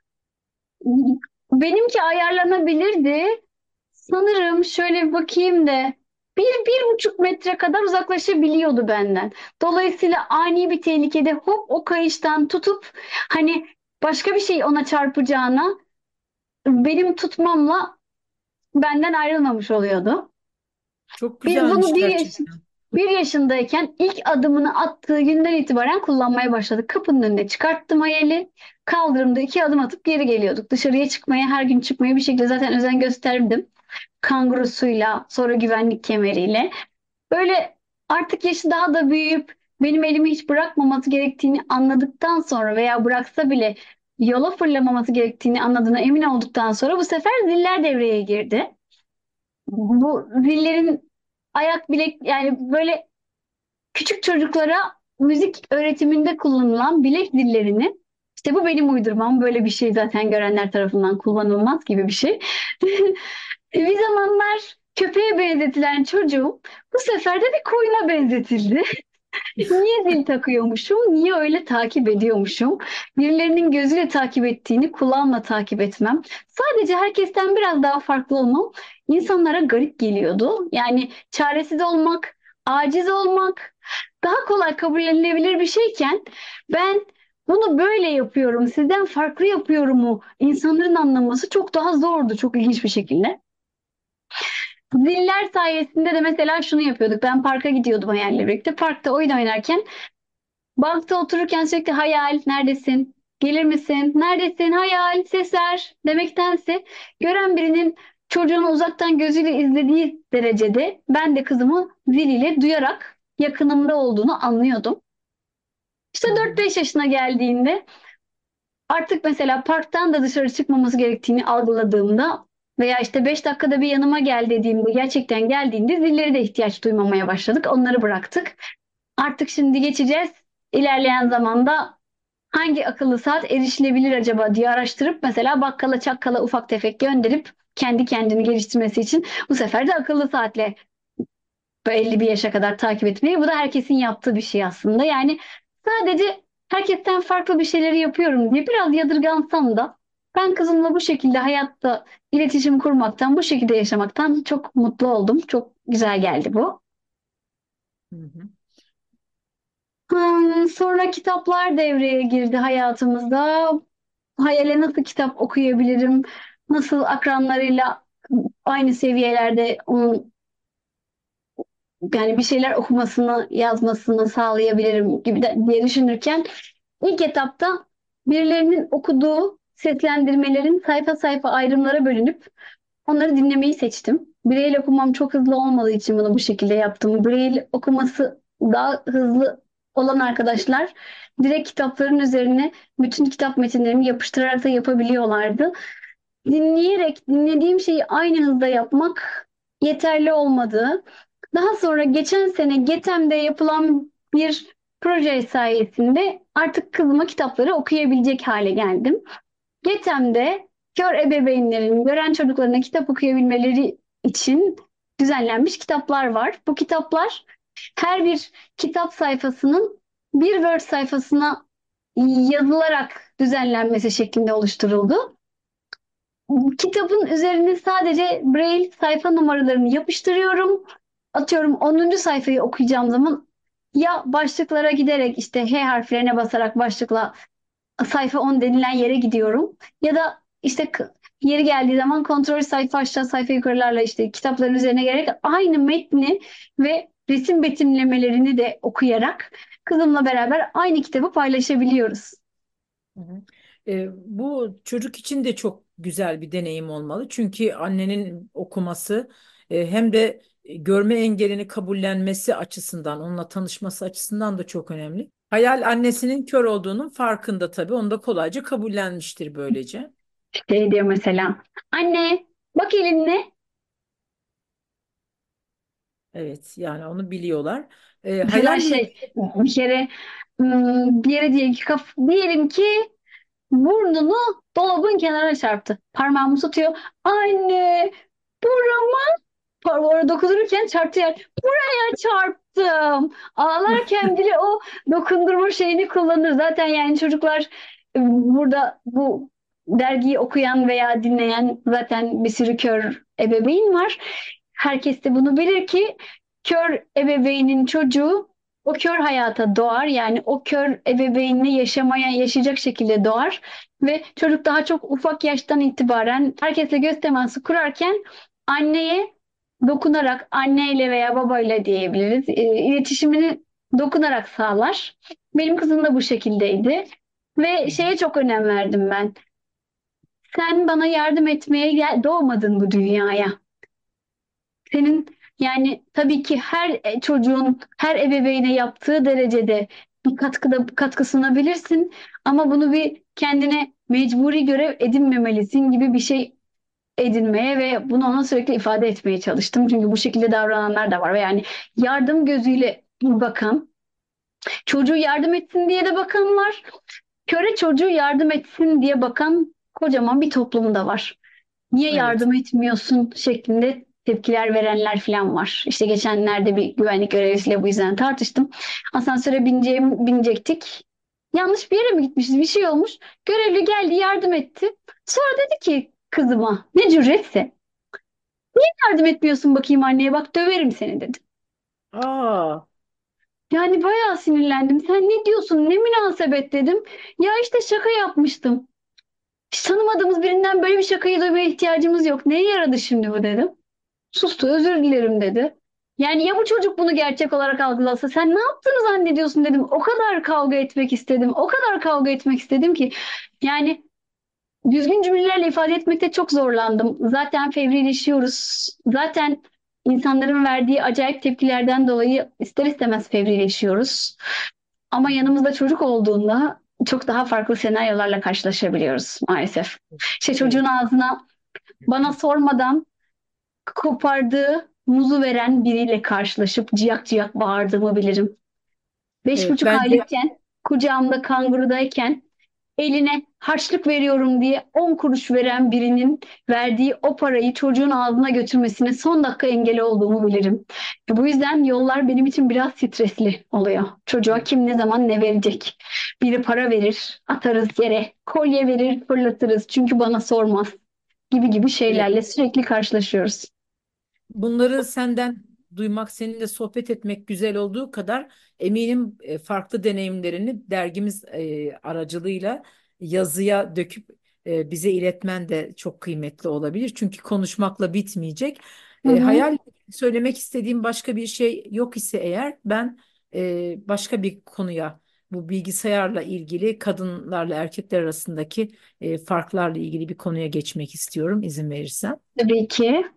Benimki ayarlanabilirdi. Sanırım şöyle bir bakayım da bir, bir buçuk metre kadar uzaklaşabiliyordu benden. Dolayısıyla ani bir tehlikede hop o kayıştan tutup hani başka bir şey ona çarpacağına benim tutmamla benden ayrılmamış oluyordu. Çok Biz bunu güzelmiş bir yaş gerçekten. bir yaşındayken ilk adımını attığı günden itibaren kullanmaya başladık. Kapının önüne çıkarttım hayali. Kaldırımda iki adım atıp geri geliyorduk. Dışarıya çıkmaya, her gün çıkmaya bir şekilde zaten özen gösterdim. Kangurusuyla, sonra güvenlik kemeriyle. Böyle artık yaşı daha da büyüyüp benim elimi hiç bırakmaması gerektiğini anladıktan sonra veya bıraksa bile yola fırlamaması gerektiğini anladığına emin olduktan sonra bu sefer ziller devreye girdi. Bu zillerin ayak bilek, yani böyle küçük çocuklara müzik öğretiminde kullanılan bilek zillerini, işte bu benim uydurmam, böyle bir şey zaten görenler tarafından kullanılmaz gibi bir şey. Bir zamanlar köpeğe benzetilen çocuğum bu sefer de bir koyuna benzetildi. Niye zil takıyormuşum? Niye öyle takip ediyormuşum? Birilerinin gözüyle takip ettiğini kulağımla takip etmem. Sadece herkesten biraz daha farklı olmam insanlara garip geliyordu. Yani çaresiz olmak, aciz olmak daha kolay kabul edilebilir bir şeyken ben bunu böyle yapıyorum, sizden farklı yapıyorumu insanların anlaması çok daha zordu, çok ilginç bir şekilde. Ziller sayesinde de mesela şunu yapıyorduk. Ben parka gidiyordum hayalle birlikte. Parkta oyun oynarken bankta otururken sürekli hayal, neredesin? Gelir misin? Neredesin? Hayal, sesler demektense gören birinin çocuğunu uzaktan gözüyle izlediği derecede ben de kızımı ziliyle duyarak yakınımda olduğunu anlıyordum. İşte Hı dört hı. beş yaşına geldiğinde artık mesela parktan da dışarı çıkmaması gerektiğini algıladığımda veya işte beş dakikada bir yanıma gel dediğimde gerçekten geldiğinde zilleri de ihtiyaç duymamaya başladık. Onları bıraktık. Artık şimdi geçeceğiz. İlerleyen zamanda hangi akıllı saat erişilebilir acaba diye araştırıp mesela bakkala çakkala ufak tefek gönderip kendi kendini geliştirmesi için bu sefer de akıllı saatle belli bir yaşa kadar takip etmeyi. Bu da herkesin yaptığı bir şey aslında. Yani sadece herkesten farklı bir şeyleri yapıyorum diye biraz yadırgansam da ben kızımla bu şekilde hayatta iletişim kurmaktan, bu şekilde yaşamaktan çok mutlu oldum. Çok güzel geldi bu. Hı hı. Hmm, sonra kitaplar devreye girdi hayatımızda. Hayale nasıl kitap okuyabilirim? Nasıl akranlarıyla aynı seviyelerde onun, yani bir şeyler okumasını, yazmasını sağlayabilirim gibi de, diye düşünürken ilk etapta birilerinin okuduğu seslendirmelerin sayfa sayfa ayrımlara bölünüp onları dinlemeyi seçtim. Braille okumam çok hızlı olmadığı için bunu bu şekilde yaptım. Braille okuması daha hızlı olan arkadaşlar direkt kitapların üzerine bütün kitap metinlerimi yapıştırarak da yapabiliyorlardı. Dinleyerek dinlediğim şeyi aynı hızda yapmak yeterli olmadı. Daha sonra geçen sene Getem'de yapılan bir proje sayesinde artık kızıma kitapları okuyabilecek hale geldim. Getem'de kör ebeveynlerin gören çocuklarına kitap okuyabilmeleri için düzenlenmiş kitaplar var. Bu kitaplar her bir kitap sayfasının bir Word sayfasına yazılarak düzenlenmesi şeklinde oluşturuldu. Kitabın üzerine sadece Braille sayfa numaralarını yapıştırıyorum. Atıyorum onuncu sayfayı okuyacağım zaman ya başlıklara giderek işte H harflerine basarak başlıkla sayfa on denilen yere gidiyorum. Ya da işte Yeri geldiği zaman kontrol sayfa aşağı sayfa yukarılarla işte kitapların üzerine gelerek aynı metni ve resim betimlemelerini de okuyarak kızımla beraber aynı kitabı paylaşabiliyoruz. Hı hı. E, bu çocuk için de çok güzel bir deneyim olmalı. Çünkü annenin okuması e, hem de görme engelini kabullenmesi açısından, onunla tanışması açısından da çok önemli. Hayal annesinin kör olduğunun farkında tabii. Onu da kolayca kabullenmiştir böylece. Şey diyor mesela, anne bak elinle. Evet, yani onu biliyorlar. E, Mesela hayal şey bir kere ım, bir yere diyelim ki, kaf diyelim ki burnunu dolabın kenarına çarptı. Parmağımı tutuyor. Anne buramı parmağına dokunurken çarptı yer. Buraya çarptım. Ağlarken bile o dokundurma şeyini kullanır. Zaten yani çocuklar e, burada bu dergiyi okuyan veya dinleyen zaten bir sürü kör ebeveyn var. Herkes de bunu bilir ki kör ebeveynin çocuğu o kör hayata doğar. Yani o kör ebeveynle yaşamaya yaşayacak şekilde doğar. Ve çocuk daha çok ufak yaştan itibaren herkesle göz teması kurarken anneye dokunarak, anneyle veya babayla diyebiliriz, e, iletişimini dokunarak sağlar. Benim kızım da bu şekildeydi. Hı Ve hı. şeye çok önem verdim ben. Sen bana yardım etmeye gel doğmadın bu dünyaya. Senin yani tabii ki her e, çocuğun, her ebeveyne yaptığı derecede bir katkıda katkı sunabilirsin ama bunu bir kendine mecburi görev edinmemelisin gibi bir şey edinmeye ve bunu ona sürekli ifade etmeye çalıştım. Çünkü bu şekilde davrananlar da var ve yani yardım gözüyle bakan, çocuğu yardım etsin diye de bakan var. Köre çocuğu yardım etsin diye bakan kocaman bir toplum da var. Niye Evet. yardım etmiyorsun şeklinde tepkiler verenler falan var. İşte geçenlerde bir güvenlik görevlisiyle bu yüzden tartıştım. Asansöre bineceğim, binecektik. Yanlış bir yere mi gitmişiz? Bir şey olmuş. Görevli geldi, yardım etti. Sonra dedi ki kızıma, ne cüretse, yardım etmiyorsun bakayım anneye, bak döverim seni dedi. Aa, Yani bayağı sinirlendim. Sen ne diyorsun? Ne münasebet dedim. Ya işte şaka yapmıştım. Hiç tanımadığımız birinden böyle bir şakayı duymaya ihtiyacımız yok. Neye yaradı şimdi bu dedim. Sustu, özür dilerim dedi. Yani ya bu çocuk bunu gerçek olarak algılasa, sen ne yaptığını zannediyorsun dedim. O kadar kavga etmek istedim. O kadar kavga etmek istedim ki. Yani düzgün cümlelerle ifade etmekte çok zorlandım. Zaten fevrileşiyoruz. Zaten insanların verdiği acayip tepkilerden dolayı ister istemez fevrileşiyoruz. Ama yanımızda çocuk olduğunda çok daha farklı senaryolarla karşılaşabiliyoruz maalesef. İşte çocuğun evet. ağzına bana sormadan kopardığı muzu veren biriyle karşılaşıp ciyak ciyak bağırdığımı bilirim. Beş Evet, buçuk bence aylıkken kucağımda kangurudayken eline harçlık veriyorum diye on kuruş veren birinin verdiği o parayı çocuğun ağzına götürmesine son dakika engel olduğumu bilirim. E bu yüzden yollar benim için biraz stresli oluyor. Çocuğa kim ne zaman ne verecek? Biri para verir, atarız yere. Kolye verir, fırlatırız. Çünkü bana sormaz gibi gibi evet. şeylerle sürekli karşılaşıyoruz. Bunları senden duymak, seninle sohbet etmek güzel olduğu kadar eminim e, farklı deneyimlerini dergimiz e, aracılığıyla yazıya döküp e, bize iletmen de çok kıymetli olabilir. Çünkü konuşmakla bitmeyecek. Hı E, hı. hayal söylemek istediğim başka bir şey yok ise eğer ben e, başka bir konuya bu bilgisayarla ilgili kadınlarla erkekler arasındaki e, farklarla ilgili bir konuya geçmek istiyorum izin verirsen. Tabii ki.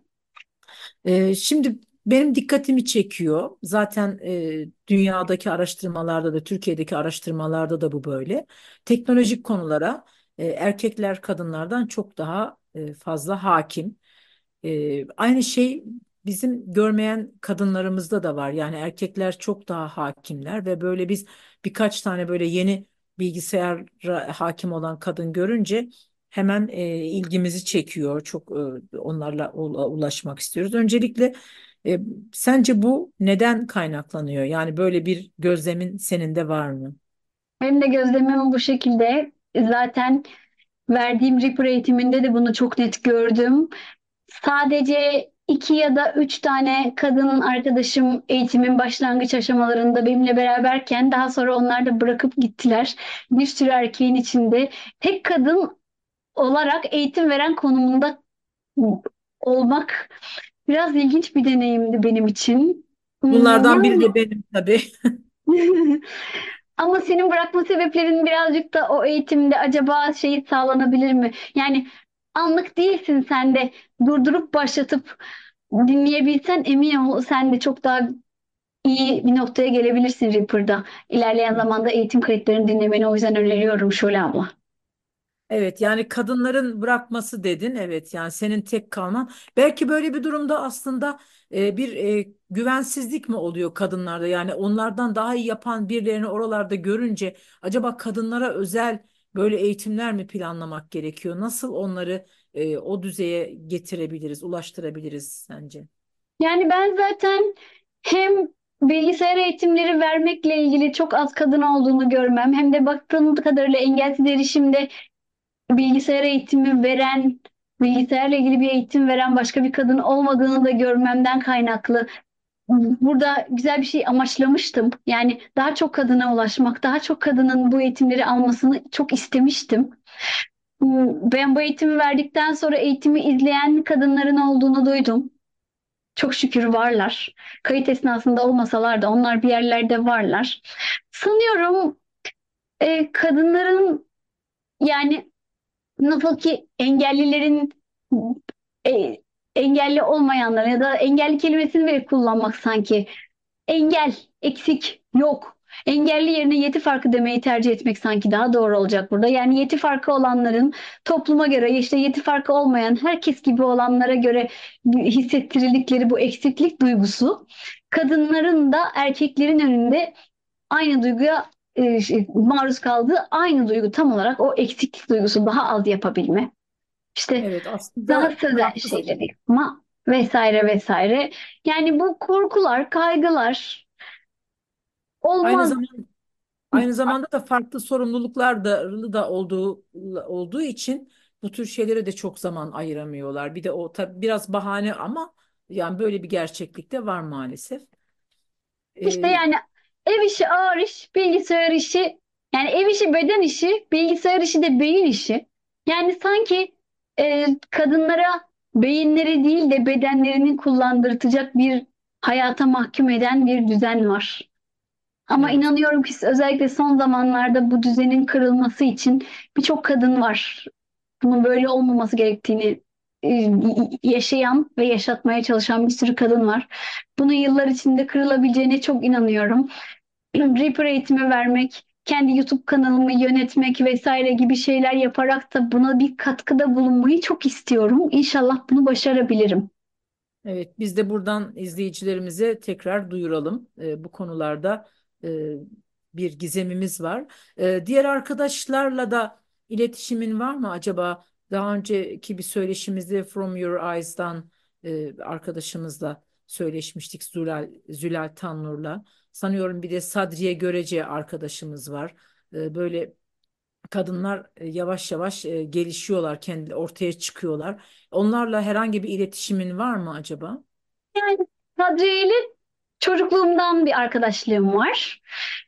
Ee, şimdi benim dikkatimi çekiyor. Zaten e, dünyadaki araştırmalarda da Türkiye'deki araştırmalarda da bu böyle. Teknolojik konulara e, erkekler kadınlardan çok daha e, fazla hakim. E, aynı şey bizim görmeyen kadınlarımızda da var. Yani erkekler çok daha hakimler ve böyle biz birkaç tane böyle yeni bilgisayara hakim olan kadın görünce hemen e, ilgimizi çekiyor. Çok e, onlarla ula- ulaşmak istiyoruz. Öncelikle e, sence bu neden kaynaklanıyor? Yani böyle bir gözlemin senin de var mı? Benim de gözlemim bu şekilde. Zaten verdiğim Reaper eğitiminde de bunu çok net gördüm. Sadece iki ya da üç tane kadın arkadaşım eğitimin başlangıç aşamalarında benimle beraberken daha sonra onlar da bırakıp gittiler. Bir sürü erkeğin içinde tek kadın olarak eğitim veren konumunda olmak biraz ilginç bir deneyimdi benim için. Hmm, Bunlardan biri Yani de benim tabii. ama senin bırakma sebeplerin birazcık da o eğitimde acaba şey sağlanabilir mi? Yani anlık değilsin sen de, durdurup başlatıp dinleyebilsen emin ol sen de çok daha iyi bir noktaya gelebilirsin Reaper'da. İlerleyen zamanda eğitim kayıtlarını dinlemeni o yüzden öneriyorum Şule abla. Evet, yani kadınların bırakması dedin, evet, yani senin tek kalman belki böyle bir durumda aslında e, bir e, güvensizlik mi oluyor kadınlarda, yani onlardan daha iyi yapan birilerini oralarda görünce acaba kadınlara özel böyle eğitimler mi planlamak gerekiyor, nasıl onları e, o düzeye getirebiliriz, ulaştırabiliriz sence? Yani ben zaten hem bilgisayar eğitimleri vermekle ilgili çok az kadın olduğunu görmem, hem de baktığım kadarıyla engelsiz erişimde bilgisayar eğitimi veren, bilgisayarla ilgili bir eğitim veren başka bir kadın olmadığını da görmemden kaynaklı. Burada güzel bir şey amaçlamıştım. Yani daha çok kadına ulaşmak, daha çok kadının bu eğitimleri almasını çok istemiştim. Ben bu eğitimi verdikten sonra eğitimi izleyen kadınların olduğunu duydum. Çok şükür varlar. Kayıt esnasında olmasalar da onlar bir yerlerde varlar. Sanıyorum e, kadınların, yani nasıl ki engellilerin, e, engelli olmayanlar ya da engelli kelimesini bile kullanmak sanki engel, eksik, yok. Engelli yerine yeti farkı demeyi tercih etmek sanki daha doğru olacak burada. Yani yeti farkı olanların topluma göre, işte yeti farkı olmayan herkes gibi olanlara göre hissettirildikleri bu eksiklik duygusu kadınların da erkeklerin önünde aynı duyguya e, şey, maruz kaldığı aynı duygu, tam olarak o eksiklik duygusu, daha az yapabilme. İşte Evet, daha aslında sözel haklısın. şeyleri yapma vesaire vesaire. Yani bu korkular, kaygılar Aynı olmaz. zamanda Aynı zamanda da farklı sorumluluklar da, da olduğu olduğu için bu tür şeylere de çok zaman ayıramıyorlar. Bir de o tabii biraz bahane ama yani böyle bir gerçeklik de var maalesef. İşte Ee, yani ev işi ağır iş, bilgisayar işi, yani ev işi beden işi, bilgisayar işi de beyin işi. Yani sanki e, kadınlara beyinleri değil de bedenlerini kullandırtacak bir hayata mahkum eden bir düzen var. Ama evet. inanıyorum ki özellikle son zamanlarda bu düzenin kırılması için birçok kadın var. Bunun böyle olmaması gerektiğini e, yaşayan ve yaşatmaya çalışan bir sürü kadın var. Bunun yıllar içinde kırılabileceğine çok inanıyorum. Reaper eğitimi vermek, kendi YouTube kanalımı yönetmek vesaire gibi şeyler yaparak da buna bir katkıda bulunmayı çok istiyorum. İnşallah bunu başarabilirim. Evet, biz de buradan izleyicilerimize tekrar duyuralım. Ee, bu konularda e, bir gizemimiz var. Ee, diğer arkadaşlarla da iletişimin var mı acaba? Daha önceki bir söyleşimizde From Your Eyes'dan e, arkadaşımızla söyleşmiştik, Zülal, Zülal Tannur'la. Sanıyorum bir de Sadriye Görece arkadaşımız var. Ee, böyle kadınlar e, yavaş yavaş e, gelişiyorlar, kendi ortaya çıkıyorlar. Onlarla herhangi bir iletişimin var mı acaba? Yani Kadriye ile çocukluğumdan bir arkadaşlığım var.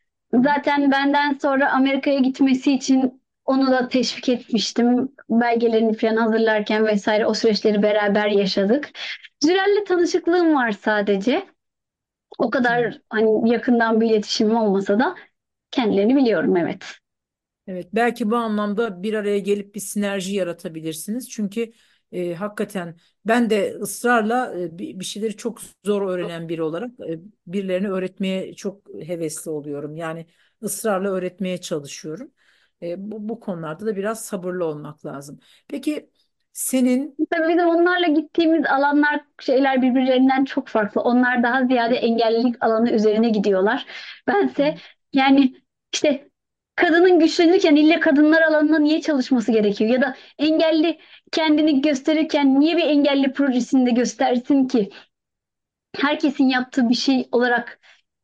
Zaten benden sonra Amerika'ya gitmesi için onu da teşvik etmiştim. Belgelerini falan hazırlarken vesaire o süreçleri beraber yaşadık. Zürel'le tanışıklığım var sadece. O Hmm. kadar hani yakından bir iletişimim olmasa da kendilerini biliyorum, evet. Evet, belki bu anlamda bir araya gelip bir sinerji yaratabilirsiniz. Çünkü e, hakikaten ben de ısrarla e, bir, bir şeyleri çok zor öğrenen biri olarak e, birilerine öğretmeye çok hevesli oluyorum. Yani ısrarla öğretmeye çalışıyorum. E, bu, bu konularda da biraz sabırlı olmak lazım. Peki senin Tabii bizim onlarla gittiğimiz alanlar, şeyler birbirlerinden çok farklı. Onlar daha ziyade engellilik alanı üzerine gidiyorlar. Bense yani işte kadının güçlenirken ille kadınlar alanında niye çalışması gerekiyor? Ya da engelli kendini gösterirken niye bir engelli projesinde göstersin ki? Herkesin yaptığı bir şey olarak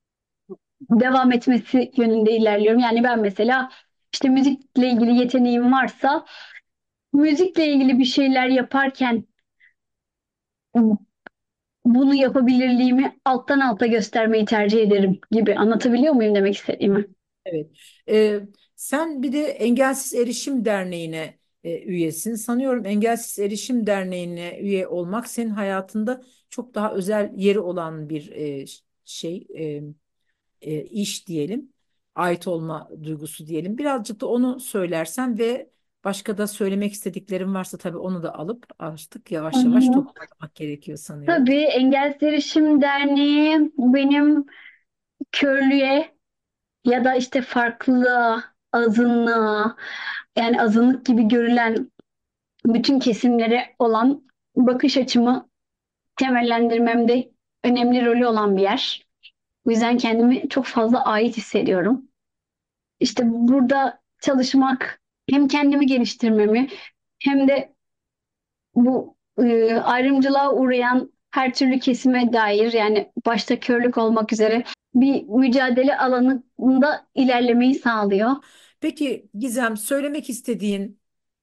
devam etmesi yönünde ilerliyorum. Yani ben mesela işte müzikle ilgili yeteneğim varsa müzikle ilgili bir şeyler yaparken bunu yapabilirliğimi alttan alta göstermeyi tercih ederim gibi, anlatabiliyor muyum demek istediğimi? Evet. Ee, sen bir de Engelsiz Erişim Derneği'ne e, üyesin. Sanıyorum Engelsiz Erişim Derneği'ne üye olmak senin hayatında çok daha özel yeri olan bir e, şey, e, e, iş diyelim. Ait olma duygusu diyelim. Birazcık da onu söylersen ve başka da söylemek istediklerim varsa tabii onu da alıp artık Hı yavaş yavaş hı. toparlamak gerekiyor sanıyorum. Tabii Engelsiz Erişim Derneği benim körlüğe ya da işte farklılığa, azınlığa, yani azınlık gibi görülen bütün kesimlere olan bakış açımı temellendirmemde önemli rolü olan bir yer. O yüzden kendimi çok fazla ait hissediyorum. İşte burada çalışmak hem kendimi geliştirmemi hem de bu e, ayrımcılığa uğrayan her türlü kesime dair, yani başta körlük olmak üzere bir mücadele alanında ilerlemeyi sağlıyor. Peki Gizem, söylemek istediğin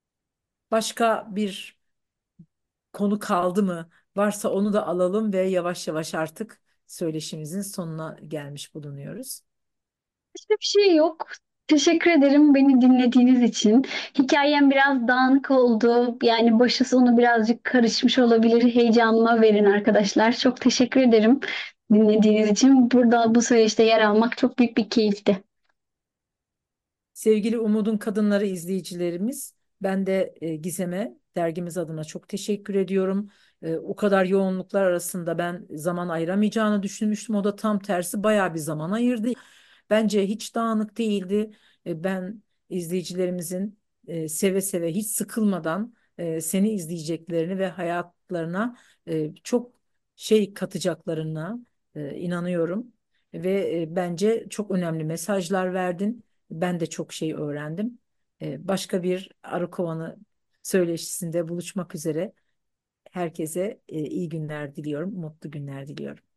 başka bir konu kaldı mı? Varsa onu da alalım ve yavaş yavaş artık söyleşimizin sonuna gelmiş bulunuyoruz. Hiçbir şey yok. Teşekkür ederim beni dinlediğiniz için. Hikayem biraz dağınık oldu. Yani başı sonu birazcık karışmış olabilir. Heyecanıma verin arkadaşlar. Çok teşekkür ederim dinlediğiniz için. Burada bu süreçte yer almak çok büyük bir keyifti. Sevgili Umud'un Kadınları izleyicilerimiz, ben de e, Gizem'e dergimiz adına çok teşekkür ediyorum. E, o kadar yoğunluklar arasında ben zaman ayıramayacağını düşünmüştüm. O da tam tersi bayağı bir zaman ayırdı. Bence hiç dağınık değildi. E, ben izleyicilerimizin e, seve seve hiç sıkılmadan e, seni izleyeceklerini ve hayatlarına e, çok şey katacaklarına e, inanıyorum. Ve e, bence çok önemli mesajlar verdin. Ben de çok şey öğrendim. Ee, Başka bir arı kovanı söyleşisinde buluşmak üzere. Herkese e, iyi günler diliyorum, mutlu günler diliyorum.